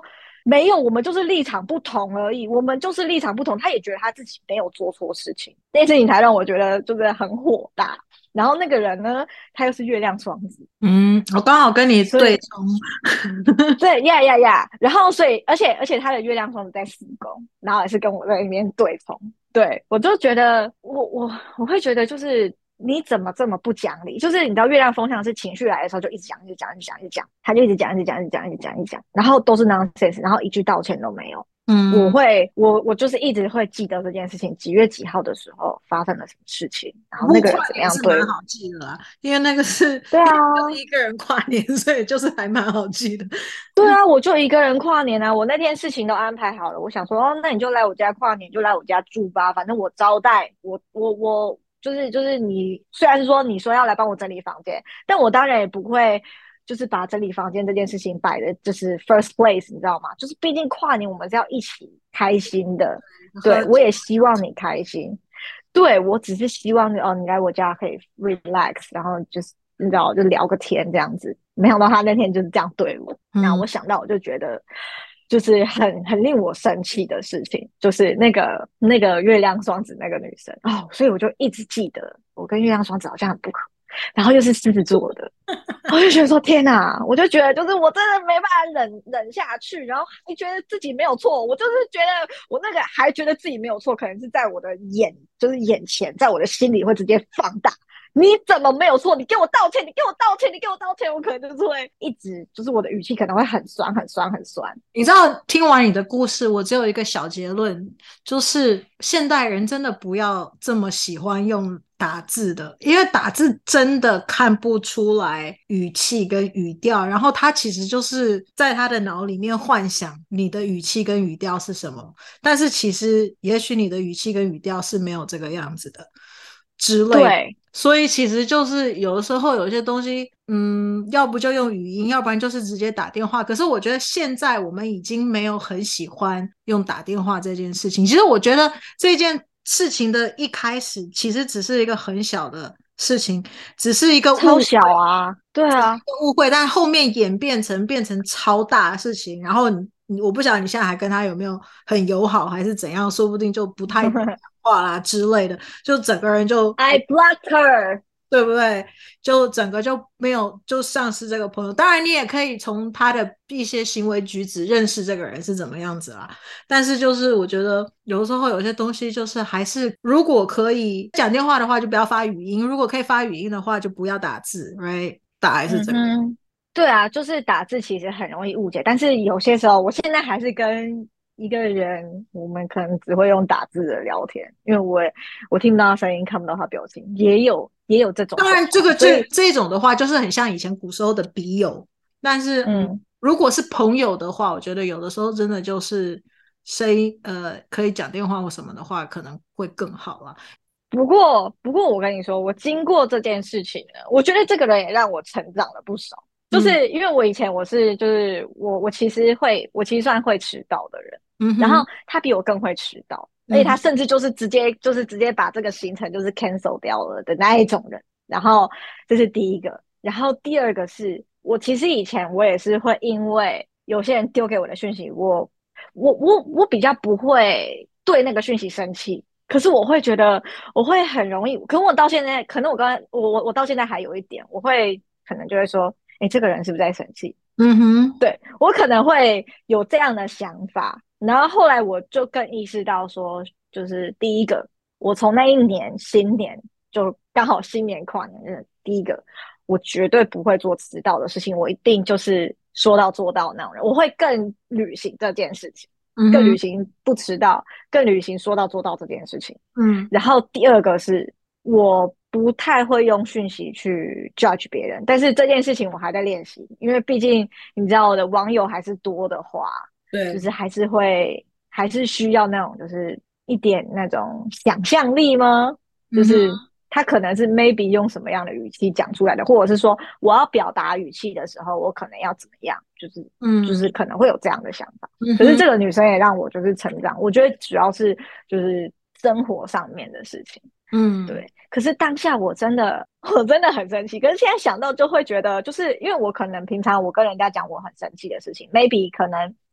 没有，我们就是立场不同而已，我们就是立场不同，他也觉得他自己没有做错事情，那件事情才让我觉得就是很火大。然后那个人呢，他又是月亮双子， 嗯，我刚好跟你对冲， 对呀呀呀，然后所以而且而且他的月亮双子在四宫，然后也是跟我在那边对冲，对我就觉得我我我会觉得就是你怎么这么不讲理？就是你知道月亮风象是情绪来的时候就一直讲一直讲一直讲一直讲，他就一直讲一直讲一直讲一直讲一直讲，然后都是 nonsense， 然后一句道歉都没有。 嗯， 我会，我我就是一直会记得这件事情，几月几号的时候发生了什么事情，然后那个人怎么样对我。 是蛮好记的啦，因为那个是对啊， 一个人跨年，所以就是还蛮好记的。 对啊，我就一个人跨年啊，我那天事情都安排好了，我想说，哦，那你就来我家跨年，就来我家住吧，反正我招待，我我我就是就是你，虽然是说你说要来帮我整理房间，但我当然也不会。就是把整理房间这件事情摆的，就是 first place， 你知道吗？就是毕竟跨年我们是要一起开心的，对我也希望你开心。对我只是希望哦，你来我家可以 relax， 然后就是你知道就聊个天这样子。没想到他那天就是这样对我，嗯、那我想到我就觉得。就是很很令我生气的事情，就是那个那个月亮双子那个女生哦，所以我就一直记得我跟月亮双子好像很不合，然后又是狮子座的，我就觉得说天哪，我就觉得就是我真的没办法忍忍下去，然后还觉得自己没有错，我就是觉得我那个还觉得自己没有错，可能是在我的眼就是眼前，在我的心里会直接放大。你怎么没有错？你给我道歉！你给我道歉！你给我道歉！我可能就是会一直，就是我的语气可能会很酸、很酸、很酸。 你知道，听完你的故事，我只有一个小结论，就是现代人真的不要这么喜欢用打字的，因为打字真的看不出来语气跟语调，然后他其实就是在他的脑里面幻想你的语气跟语调是什么，但是其实也许你的语气跟语调是没有这个样子的之类的。 对。 所以其实就是有的时候有一些东西，嗯，要不就用语音，要不然就是直接打电话。可是我觉得现在我们已经没有很喜欢用打电话这件事情。其实我觉得这件事情的一开始，其实只是一个很小的事情，只是一个误会， 超小啊，对啊， 一个误会，但后面演变成变成超大的事情，然后你我不晓得你现在还跟他有没有很友好，还是怎样，说不定就不太讲话啦之类的，就整个人就 I blocked her， 对不对？就整个就没有就丧失这个朋友。当然，你也可以从他的一些行为举止认识这个人是怎么样子啦。但是就是我觉得有时候有些东西就是还是如果可以讲电话的话，就不要发语音；如果可以发语音的话，就不要打字 ，right？ 打还是这个。 嗯对啊，就是打字其实很容易误解，但是有些时候，我现在还是跟一个人，我们可能只会用打字的聊天，因为我我听不到他声音，看不到他表情，也有也有这种。 当然，这个这这种的话，就是很像以前古时候的笔友，但是嗯，如果是朋友的话，我觉得有的时候真的就是谁呃可以讲电话或什么的话，可能会更好啦。 不过不过，我跟你说，我经过这件事情呢，我觉得这个人也让我成长了不少。就是因为我以前我是就是我我其实会我其实算会迟到的人，嗯，然后他比我更会迟到，而且他甚至就是直接就是直接把这个行程就是 cancel 掉了的那一种人。然后这是第一个，然后第二个是我其实以前我也是会因为有些人丢给我的讯息，我我我我比较不会对那个讯息生气。可是我会觉得我会很容易，可能我到现在，可能我刚我我我到现在还有一点，我会可能就会说，哎，这个人是不是在生气？嗯哼，对，我可能会有这样的想法。然后后来我就更意识到说，就是第一个，我从那一年新年就刚好新年跨年的第一个，我绝对不会做迟到的事情，我一定就是说到做到那种人，我会更履行这件事情。更履行不迟到，更履行说到做到这件事情。嗯，然后第二个是我不太会用讯息去 judge 别人，但是这件事情我还在练习，因为毕竟你知道我的网友还是多的话，对，就是还是会还是需要那种就是一点那种想象力吗？就是。嗯他可能是 maybe 用什么样的语气讲出来的，或者是说我要表达语气的时候，我可能要怎么样，就是嗯，就是可能会有这样的想法。嗯、可是这个女生也让我就是成长，我觉得主要是就是生活上面的事情。嗯，对。可是当下我真的我真的很生气，可是现在想到就会觉得，就是因为我可能平常我跟人家讲我很生气的事情 ，maybe 可能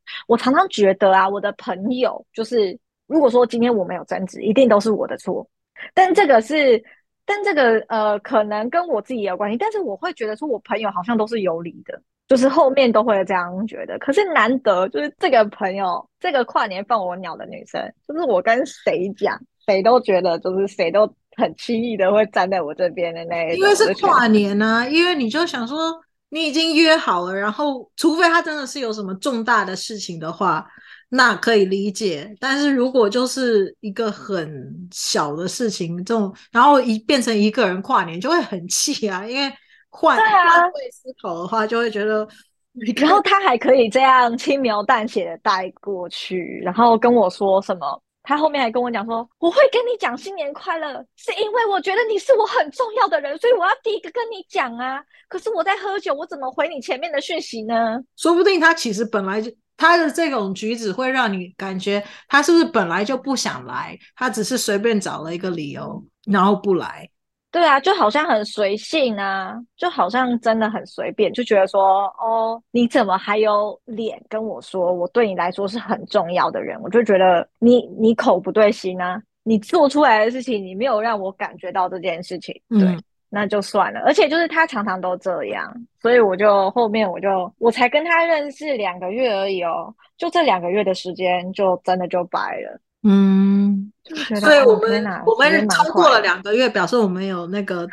我常常觉得啊，我的朋友就是如果说今天我们有争执，一定都是我的错，但这个是。但这个呃，可能跟我自己也有关系，但是我会觉得说，我朋友好像都是有理的，就是后面都会这样觉得。可是难得就是这个朋友，这个跨年放我鸟的女生，就是我跟谁讲，谁都觉得就是谁都很轻易的会站在我这边的那一种。 因为是跨年啊，因为你就想说你已经约好了，然后除非他真的是有什么重大的事情的话，那可以理解。但是如果就是一个很小的事情，这种然后一变成一个人跨年，就会很气啊。因为换换位思考的话，就会觉得。 然后他还可以这样轻描淡写的带过去，然后跟我说什么？他后面还跟我讲说，我会跟你讲新年快乐，是因为我觉得你是我很重要的人，所以我要第一个跟你讲啊。可是我在喝酒，我怎么回你前面的讯息呢？ 说不定他其实本来就他的这种举止会让你感觉他是不是本来就不想来，他只是随便找了一个理由然后不来。 对啊，就好像很随性啊，就好像真的很随便，就觉得说，哦，你怎么还有脸跟我说，我对你来说是很重要的人？我就觉得你你口不对心啊，你做出来的事情，你没有让我感觉到这件事情，对，嗯、那就算了。而且就是他常常都这样，所以我就后面我就我才跟他认识两个月而已哦，就这两个月的时间，就真的就白了。 嗯， 就觉得所以我们、 哦、 我们超过了两个月，表示我们有那个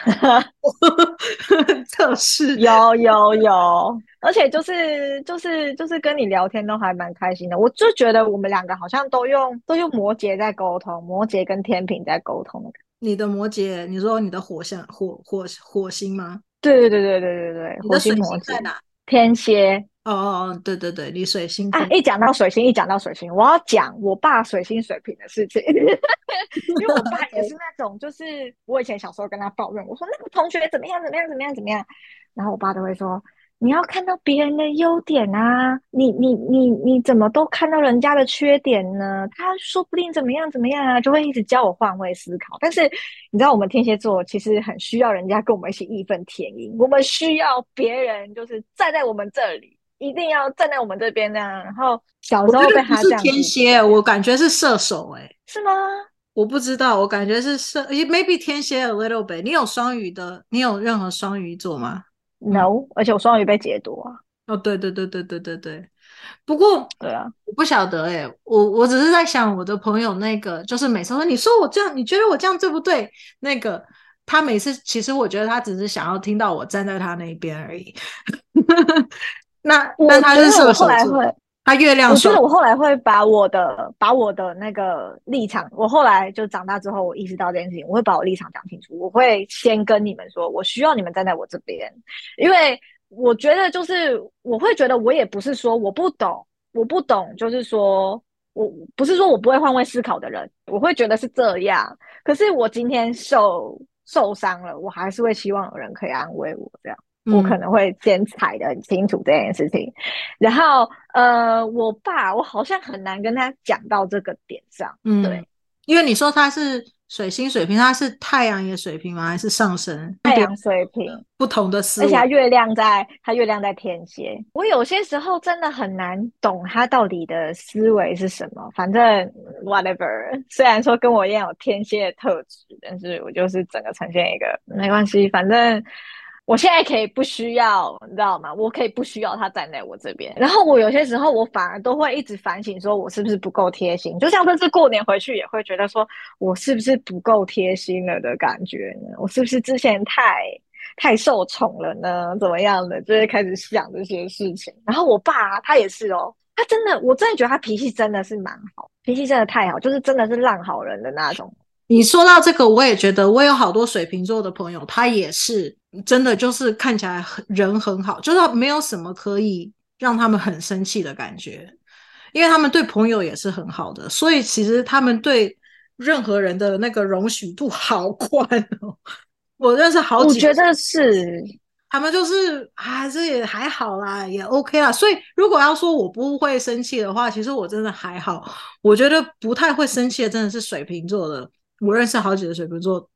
测试。 有有有，而且就是就是就是跟你聊天都还蛮开心的。我就觉得我们两个好像都用都用摩羯在沟通，摩羯跟天秤在沟通的感觉。 你的摩羯，你说你的火象火火火星吗？ 对对对对对对对， 你的水星在哪？ 天蝎。 哦哦哦，对对对，你水星啊！一讲到水星，一讲到水星，我要讲我爸水星水瓶的事情，因为我爸也是那种，就是我以前小时候跟他抱怨，我说那个同学怎么样怎么样怎么样怎么样，然后我爸都会说你要看到别人的优点啊，你你你你怎么都看到人家的缺点呢？他说不定怎么样怎么样啊，就会一直教我换位思考。但是你知道，我们天蝎座其实很需要人家跟我们一起义愤填膺，我们需要别人就是站在我们这里。一定要站在我们这边那样，然后小时候被他这样子。 不是天蝎，我感觉是射手、欸，哎， 是吗？ 我不知道，我感觉是射 ，maybe 天蝎 a little bit。你有双鱼的，你有任何双鱼座吗 ？No，、嗯、而且我双鱼被解读啊。 哦，对对对对对对对。不过， 对啊， 我不晓得哎、欸，我我只是在想我的朋友那个，就是每次说你说我这样，你觉得我这样对不对？那个他每次其实我觉得他只是想要听到我站在他那一边而已。那那他是射手座，他月亮双。 我觉得我后来会把我的把我的那个立场，我后来就长大之后，我意识到这件事情，我会把我立场讲清楚。我会先跟你们说，我需要你们站在我这边，因为我觉得就是我会觉得我也不是说我不懂，我不懂，就是说我不是说我不会换位思考的人，我会觉得是这样。可是我今天受受伤了，我还是会希望有人可以安慰我这样。我可能会先踩得很清楚这件事情，然后呃，我爸我好像很难跟他讲到这个点上，嗯，对， 因为你说他是水星水瓶，他是太阳也水瓶吗？还是上升？ 太阳水瓶， 不同的思维， 而且他月亮在，他月亮在天蝎。我有些时候真的很难懂他到底的思维是什么。反正 whatever， 虽然说跟我一样有天蝎的特质，但是我就是整个呈现一个没关系，反正。我现在可以不需要，你知道吗？我可以不需要他站在我这边。然后我有些时候，我反而都会一直反省，说我是不是不够贴心。就像这次过年回去，也会觉得说我是不是不够贴心了的感觉呢？我是不是之前太太受宠了呢？怎么样的？就会开始想这些事情。然后我爸他也是哦，他真的，我真的觉得他脾气真的是蛮好，脾气真的太好，就是真的是烂好人的那种。 你说到这个，我也觉得我有好多水瓶座的朋友，他也是真的就是看起来人很好，就是没有什么可以让他们很生气的感觉，因为他们对朋友也是很好的，所以其实他们对任何人的那个容许度好宽哦。我认识好几个， 我觉得是他们就是啊，这也还好啦，也 OK 啦。所以如果要说我不会生气的话，其实我真的还好。我觉得不太会生气的真的是水瓶座的。我认识好几个水瓶座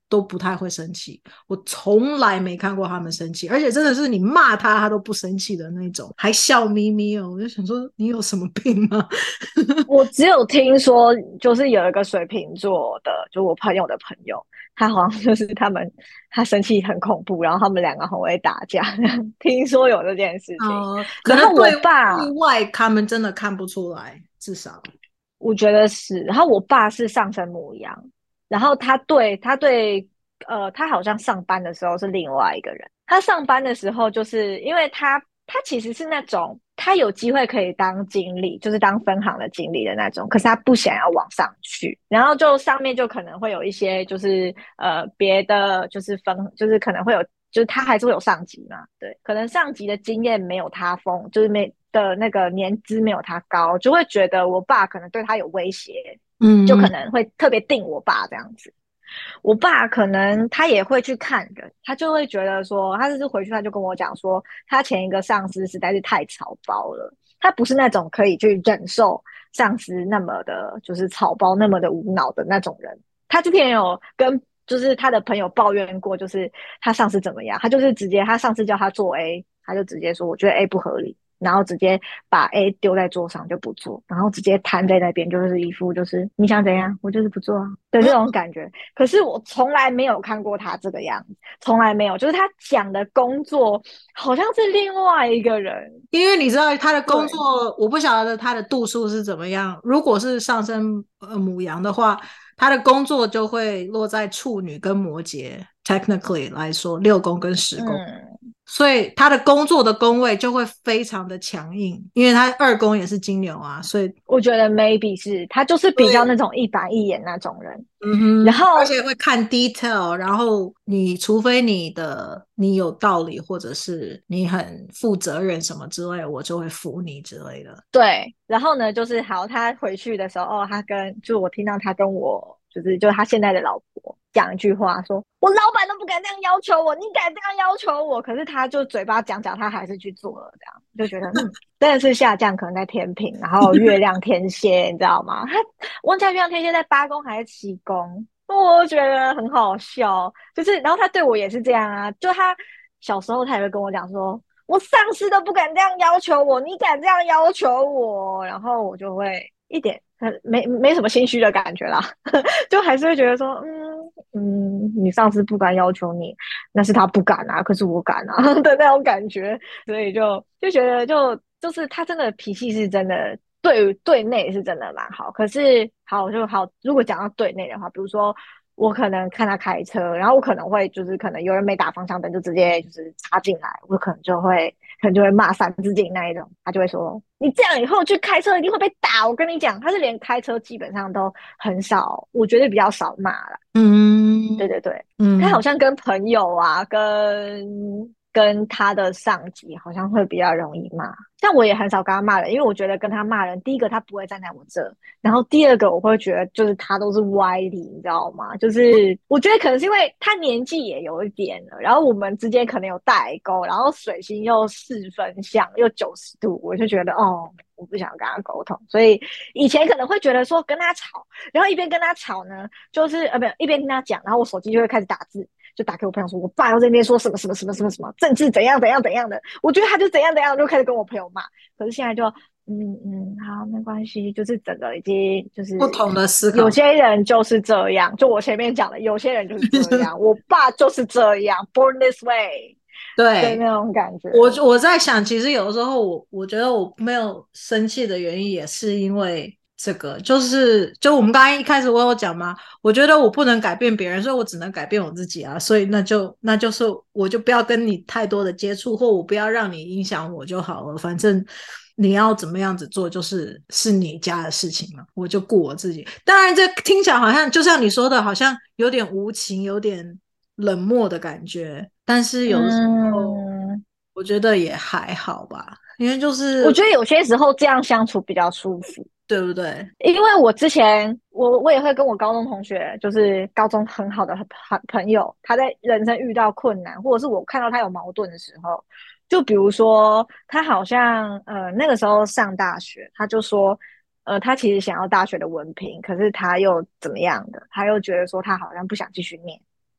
都不太会生气，我从来没看过他们生气，而且真的是你骂他他都不生气的那种，还笑眯眯哦，我就想说你有什么病吗？ 我只有听说，就是有一个水瓶座的，就我朋友的朋友，他好像就是他们，他生气很恐怖，然后他们两个很会打架，听说有这件事情。 呃，可然后我能对爸， 对外他们真的看不出来，至少我觉得是，然后我爸是上升母羊，然后他对他对呃，他好像上班的时候是另外一个人。他上班的时候，就是因为他他其实是那种他有机会可以当经理，就是当分行的经理的那种，可是他不想要往上去，然后就上面就可能会有一些就是呃别的就是分，就是可能会有。就是他还是会有上级嘛，对，可能上级的经验没有他丰，就是没的那个年资没有他高，就会觉得我爸可能对他有威胁， 嗯， 就可能会特别定我爸这样子。我爸可能他也会去看人，他就会觉得说，他就是回去他就跟我讲说，他前一个上司实在是太草包了，他不是那种可以去忍受上司那么的，就是草包那么的无脑的那种人。他之前有跟就是他的朋友抱怨过，就是他上司怎么样，他就是直接他上司叫他做 A，他就直接说我觉得 A 不合理，然后直接把 A 丢在桌上就不做，然后直接瘫在那边，就是一副就是你想怎样，我就是不做啊的这种感觉。可是我从来没有看过他这个样子，从来没有，就是他讲的工作好像是另外一个人。 因为你知道他的工作，我不晓得他的度数是怎么样。如果是上升呃母羊的话，他的工作就会落在处女跟摩羯 ，technically 来说六宫跟十宫。 嗯， 所以他的工作的宫位就会非常的强硬，因为他二宫也是金牛啊，所以我觉得 maybe 是他就是比较那种一板一眼那种人。 嗯哼， 然后而且会看 detail，然后你除非你的你有道理，或者是你很负责任什么之类的，我就会服你之类的。 对，然后呢，就是好，他回去的时候，哦，他跟就是我听到他跟我就是就是他现在的老婆讲一句话说，我老板都不敢这样要求我，你敢这样要求我？可是他就嘴巴讲讲，他还是去做了，这样就觉得嗯，真的是下降，可能在天平，然后月亮天蝎，你知道吗？他忘记月亮天蝎在八宫还是七宫，我觉得很好笑，就是然后他对我也是这样啊，就他小时候他也会跟我讲说。我上司都不敢这样要求我，你敢这样要求我，然后我就会一点没没什么心虚的感觉啦，就还是会觉得说，嗯嗯，你上司不敢要求你，那是他不敢啊，可是我敢啊的那种感觉，所以就就觉得就就是他真的脾气是真的。对对内是真的蛮好，可是好就好。如果讲到对内的话，比如说我可能看他开车，然后我可能会就是可能有人没打方向灯，就直接就是插进来，我可能就会可能就会骂三字经那一种，他就会说你这样以后去开车一定会被打。我跟你讲，他是连开车基本上都很少，我觉得比较少骂了。 嗯， 对对对， 嗯， 他好像跟朋友啊，跟跟他的上级好像会比较容易骂。像我也很少跟他骂人，因为我觉得跟他骂人，第一个他不会站在我这，然后第二个我会觉得就是他都是歪理，你知道吗？就是我觉得可能是因为他年纪也有一点了，然后我们之间可能有代沟，然后水星又四分相又九十度，我就觉得哦，我不想跟他沟通，所以以前可能会觉得说跟他吵，然后一边跟他吵呢，就是呃不一边听他讲，然后我手机就会开始打字。就打给我朋友说，我爸要在那边说什么什么什么什么什么政治怎样怎样怎样的，我觉得他就怎样怎样，就开始跟我朋友骂。可是现在就嗯嗯好没关系，就是整个已经就是不同的思考。 有些人就是这样，就我前面讲的，有些人就是这样，我爸就是这样，born this way， 对的那种感觉。 我我在想，其实有的时候我我觉得我没有生气的原因，也是因为这个，就是就我们刚刚一开始我有讲嘛，我觉得我不能改变别人，所以我只能改变我自己啊，所以那就那就是我就不要跟你太多的接触，或我不要让你影响我就好了，反正你要怎么样子做，就是是你家的事情嘛，我就顾我自己。当然，这听起来好像就像你说的，好像有点无情，有点冷漠的感觉，但是有的时候， 嗯， 我觉得也还好吧，因为就是我觉得有些时候这样相处比较舒服。 对不对？ 因为我之前我我也会跟我高中同学，就是高中很好的朋朋友，他在人生遇到困难，或者是我看到他有矛盾的时候，就比如说他好像呃那个时候上大学，他就说呃他其实想要大学的文凭，可是他又怎么样的，他又觉得说他好像不想继续念。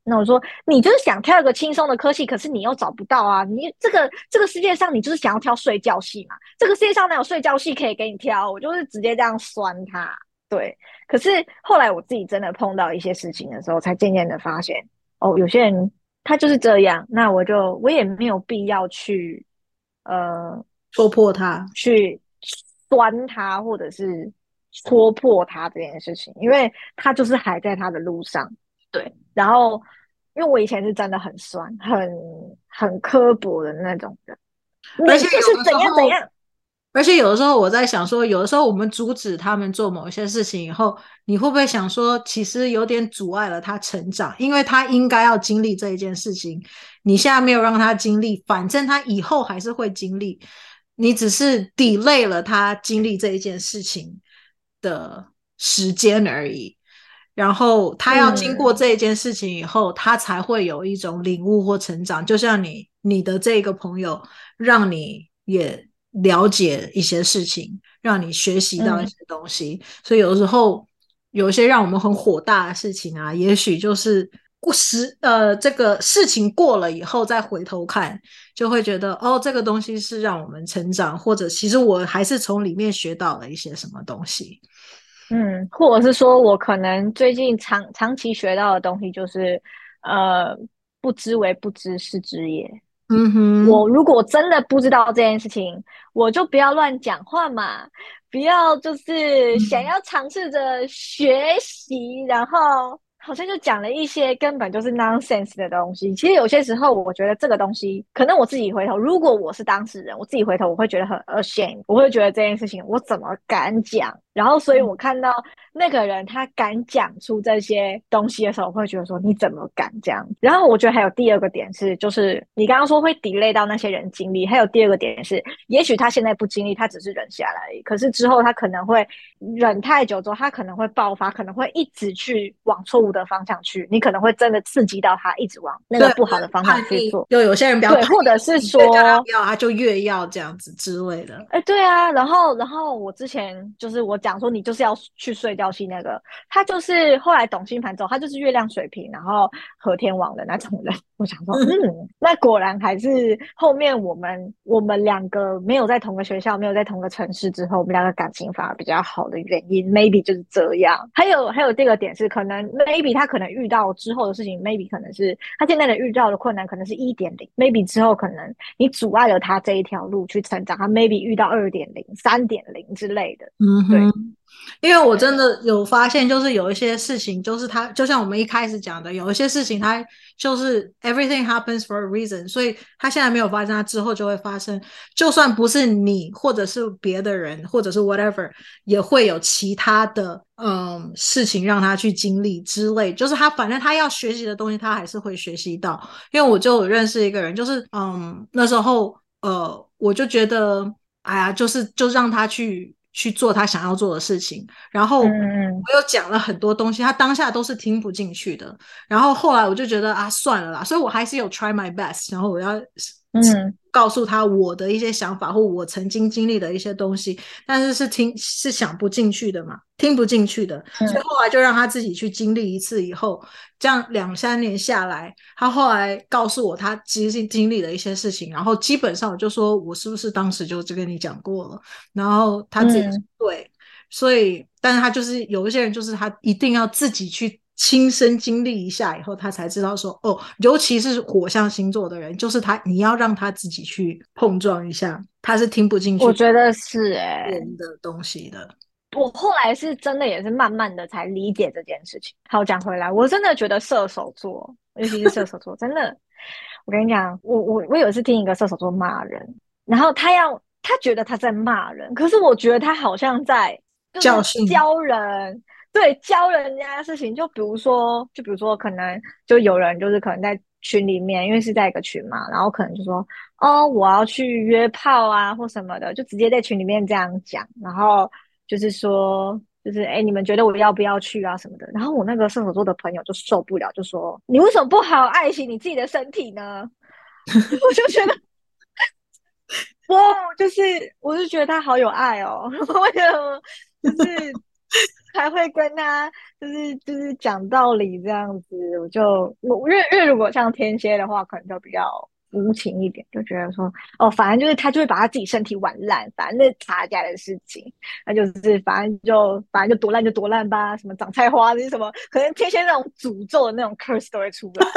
那我说你就是想挑一个轻松的科系，可是你又找不到啊！你这个这个世界上，你就是想要挑睡觉系嘛？这个世界上哪有睡觉系可以给你挑？我就是直接这样酸他。对，可是后来我自己真的碰到一些事情的时候，才渐渐的发现，哦，有些人他就是这样，那我就我也没有必要去呃戳破他， 去酸他，或者是戳破他这件事情，因为他就是还在他的路上。对，然后因为我以前是真的很酸、很很刻薄的那种人， 而且你就是怎有的时候样怎样。 而且有的时候我在想说，有的时候我们阻止他们做某一些事情以后，你会不会想说，其实有点阻碍了他成长，因为他应该要经历这一件事情，你现在没有让他经历，反正他以后还是会经历，你只是 delay 了他经历这一件事情的时间而已。然后他要经过这一件事情以后，嗯、他才会有一种领悟或成长。就像你你的这个朋友，让你也了解一些事情，让你学习到一些东西。嗯、所以有时候有一些让我们很火大的事情啊，也许就是过时呃这个事情过了以后再回头看，就会觉得哦，这个东西是让我们成长，或者其实我还是从里面学到了一些什么东西。 嗯，或者是说我可能最近长长期学到的东西就是，呃，不知为不知，是知也。 嗯哼， 我如果真的不知道这件事情，我就不要乱讲话嘛，不要就是想要尝试着学习，然后好像就讲了一些根本就是 nonsense 的东西。其实有些时候，我觉得这个东西，可能我自己回头，如果我是当事人，我自己回头我会觉得很 ashamed，我会觉得这件事情我怎么敢讲？然后，所以我看到那个人他敢讲出这些东西的时候，我会觉得说你怎么敢这样？然后我觉得还有第二个点是，就是你刚刚说会 delay 到那些人经历，还有第二个点是，也许他现在不经历，他只是忍下来而已，可是之后他可能会忍太久之后，他可能会爆发，可能会一直去往错误的方向去，你可能会真的刺激到他一直往那个不好的方向去做。 就有些人比较对，或者是说越叫他不要，他就越要这样子之类的。 哎，对啊，然后然后我之前就是我讲说你就是要去睡觉系那个，他就是后来懂星盘之后，他就是月亮水瓶，然后和天王的那种人。我想说，嗯，那果然还是后面我们我们两个没有在同个学校，没有在同个城市之后，我们两个感情反而比较好的原因 ，maybe 就是这样。还有还有第二个点是，可能 maybe 他可能遇到之后的事情 ，maybe 可能是他现在的遇到的困难可能是一点零 ，maybe 之后可能你阻碍了他这一条路去成长，他 maybe 遇到二点零、三点零之类的。 嗯哼， 对。 因为我真的有发现，就是有一些事情，就是他就像我们一开始讲的，有一些事情它就是 everything happens for a reason，所以他现在没有发生，他之后就会发生。就算不是你，或者是别的人，或者是 whatever， 也会有其他的嗯事情让他去经历之类。就是他反正他要学习的东西，他还是会学习到。因为我就有认识一个人，就是嗯那时候呃我就觉得哎呀，就是就让他去。去做他想要做的事情，然后我又讲了很多东西，他当下都是听不进去的。然后后来我就觉得啊，算了啦，所以我还是有 try my best， 然后我要嗯告诉他我的一些想法或我曾经经历的一些东西，但是是听是想不进去的嘛，听不进去的，所以后来就让他自己去经历一次以后，这样两三年下来，他后来告诉我他其实经历了一些事情，然后基本上我就说我是不是当时就跟你讲过了，然后他自己、嗯、对，所以但是他就是有一些人就是他一定要自己去亲身经历一下以后，他才知道说哦，尤其是火象星座的人，就是他你要让他自己去碰撞一下，他是听不进去。 我觉得是哎、欸， 人的东西的。 我后来是真的也是慢慢的才理解这件事情。好，讲回来，我真的觉得射手座，尤其是射手座，真的，我跟你讲，我我我有一次听一个射手座骂人，然后他要他觉得他在骂人，可是我觉得他好像在教训教人。对，教人家的事情，就比如说，就比如说，可能就有人就是可能在群里面，因为是在一个群嘛，然后可能就说，哦，我要去约炮啊，或什么的，就直接在群里面这样讲，然后就是说，就是哎，你们觉得我要不要去啊什么的？然后我那个射手座的朋友就受不了，就说，你为什么不好好爱惜你自己的身体呢？我就觉得，哇，就是我就觉得他好有爱哦，为什么就是？还会跟他就是就是讲道理这样子，我就我因为因为如果像天蝎的话，可能就比较无情一点，就觉得说哦，反正就是他就会把他自己身体玩烂，反正那是他家的事情，那就是反正就反正就多烂就多烂吧，什么长菜花那是什么，可能天蝎那种诅咒的那种 curse 都会出来，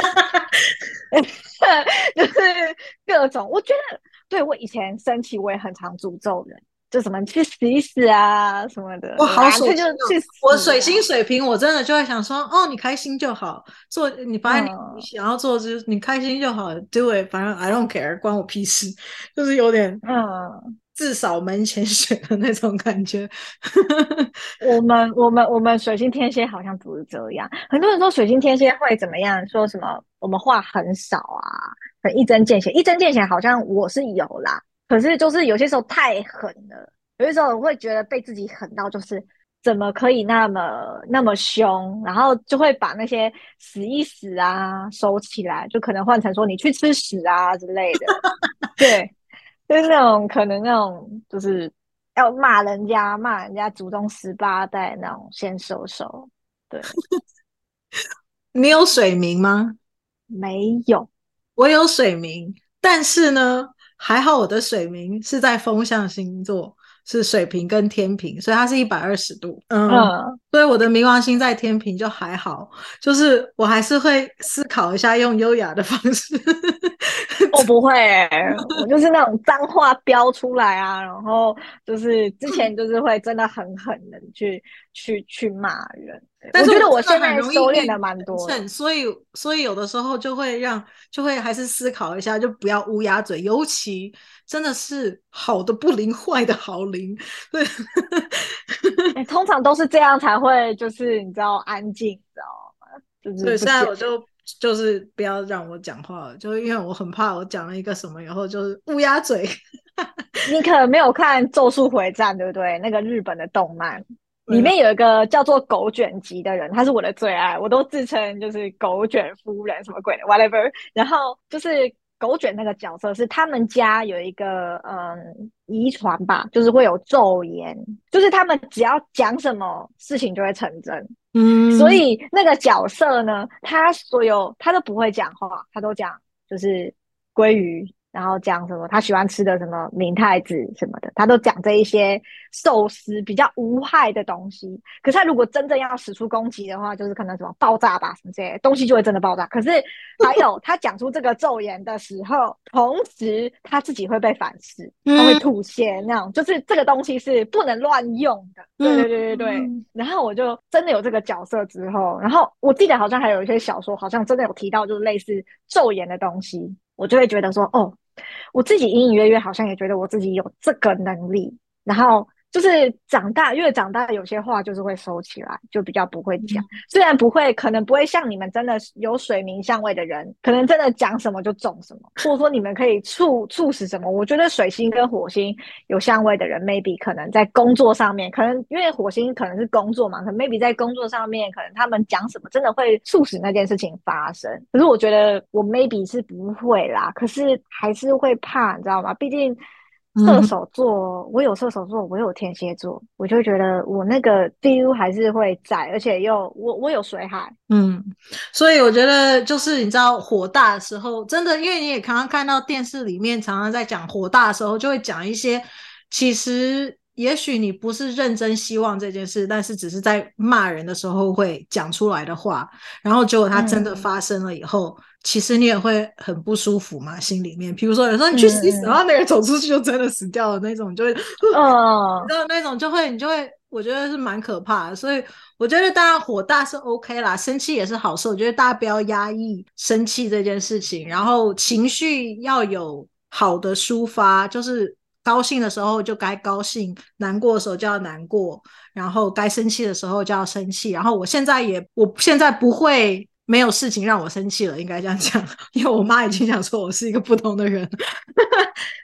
就是各种，我觉得对我以前生气我也很常诅咒人。就什么去死一死啊什么的， 我好水他就星哦！ 去死、啊。 我水星水瓶，我真的就会想说，哦，你开心就好，做你反正你想要做就是你开心就好 ，do it，反正 I don't care， 关我屁事，就是有点嗯自扫门前雪的那种感觉。 我们我们我们水星天蝎好像不是这样，很多人说水星天蝎会怎么样？说什么我们话很少啊，很一针见血，一针见血好像我是有啦。可是就是有些时候太狠了，有些时候我会觉得被自己狠到，就是怎么可以那么那么凶，然后就会把那些死一死啊收起来，就可能换成说你去吃屎啊之类的。对，就是那种可能那种就是要骂人家骂人家祖宗十八代那种先收手。对， 你有水冥吗？ 没有。 我有水冥，但是呢，还好我的水冥是在风象星座，是水瓶跟天平，所以它是一百二十度。嗯，嗯所以我的冥王星在天平就还好，就是我还是会思考一下，用优雅的方式。 我不会、欸，我就是那种脏话飙出来啊，然后就是之前就是会真的很狠的去去去骂人。 但是我觉得我现在很容易收敛的蛮多的， 所以所以有的时候就会让就会还是思考一下，就不要乌鸦嘴，尤其真的是好的不灵，坏的好灵。对， 欸，通常都是这样才会就是你知道安静，你知道吗？就是所以现在我就就是不要让我讲话了，就是因为我很怕我讲了一个什么以后就是乌鸦嘴。 你可能没有看《咒术回战》对不对？那个日本的动漫里面有一个叫做狗卷吉的人，他是我的最爱，我都自称就是狗卷夫人什么鬼的 whatever。然后就是狗卷那个角色是他们家有一个嗯遗传吧，就是会有咒言，就是他们只要讲什么事情就会成真。嗯，所以那个角色呢，他所有他都不会讲话，他都讲就是鲑鱼。然后讲什么他喜欢吃的什么明太子什么的，他都讲这一些寿司比较无害的东西。可是他如果真正要使出攻击的话，就是可能什么爆炸吧什么这些东西就会真的爆炸。可是还有他讲出这个咒言的时候，同时他自己会被反噬，他会吐血那种，就是这个东西是不能乱用的。对对对对对。嗯、然后我就真的有这个角色之后，然后我记得好像还有一些小说好像真的有提到，就是类似咒言的东西，我就会觉得说哦。我自己隐隐约约好像也觉得我自己有这个能力，然后就是长大越长大，有些话就是会收起来，就比较不会讲。虽然不会，可能不会像你们真的有水冥相位的人，可能真的讲什么就中什么，或者说你们可以促促使什么。我觉得水星跟火星有相位的人 ，maybe 可能在工作上面，可能因为火星可能是工作嘛，可能 maybe 在工作上面，可能他们讲什么真的会促使那件事情发生。可是我觉得我 maybe 是不会啦，可是还是会怕，你知道吗？毕竟。射手座，我有射手座，我有天蝎座，我就会觉得我那个 feel 还是会在，而且又我我有水海， 嗯，所以我觉得就是你知道火大的时候，真的，因为你也常常看到电视里面常常在讲火大的时候，就会讲一些其实也许你不是认真希望这件事，但是只是在骂人的时候会讲出来的话，然后结果它真的发生了以后。嗯其实你也会很不舒服嘛，心里面。比如说，有时候你去死一死，然后那个人走出去就真的死掉了那种，就会，嗯，你知道那种就会，你就会，我觉得是蛮可怕的。所以我觉得当然火大是 OK 啦，生气也是好事。我觉得大家不要压抑生气这件事情，然后情绪要有好的抒发，就是高兴的时候就该高兴，难过的时候就要难过，然后该生气的时候就要生气。然后我现在也，我现在不会。没有事情让我生气了，应该这样讲，因为我妈已经想说我是一个不同的人。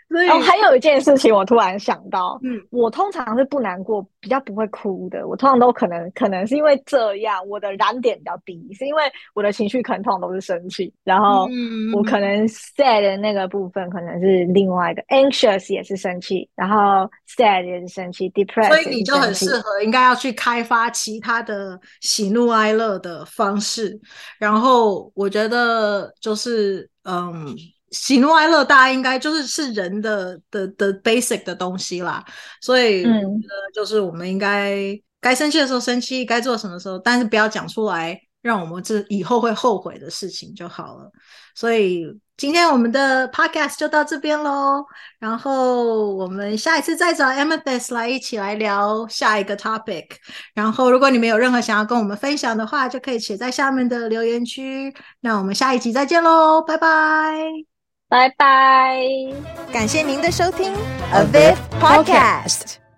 所以然后还有一件事情，我突然想到， 嗯， 我通常是不难过，比较不会哭的。我通常都可能可能是因为这样，我的燃点比较低，是因为我的情绪可能通常都是生气，然后我可能 sad 的那个部分可能是另外一个 anxious 也是生气，然后 sad 也是生气 depressed 所也是以你就很生气。 适合，应该要去开发其他的喜怒哀乐的方式。然后我觉得就是嗯。喜怒哀乐，大家应该就是是人的的的 basic 的东西啦，所以我觉得就是我们应该该生气的时候生气，该做什么时候，但是不要讲出来，让我们这以后会后悔的事情就好了。所以今天我们的 podcast 就到这边咯，然后我们下一次再找 Amethyst 来一起来聊下一个 topic。然后如果你们有任何想要跟我们分享的话，就可以写在下面的留言区。那我们下一集再见咯，拜拜。 拜拜， 感谢您的收听 A Viv Podcast。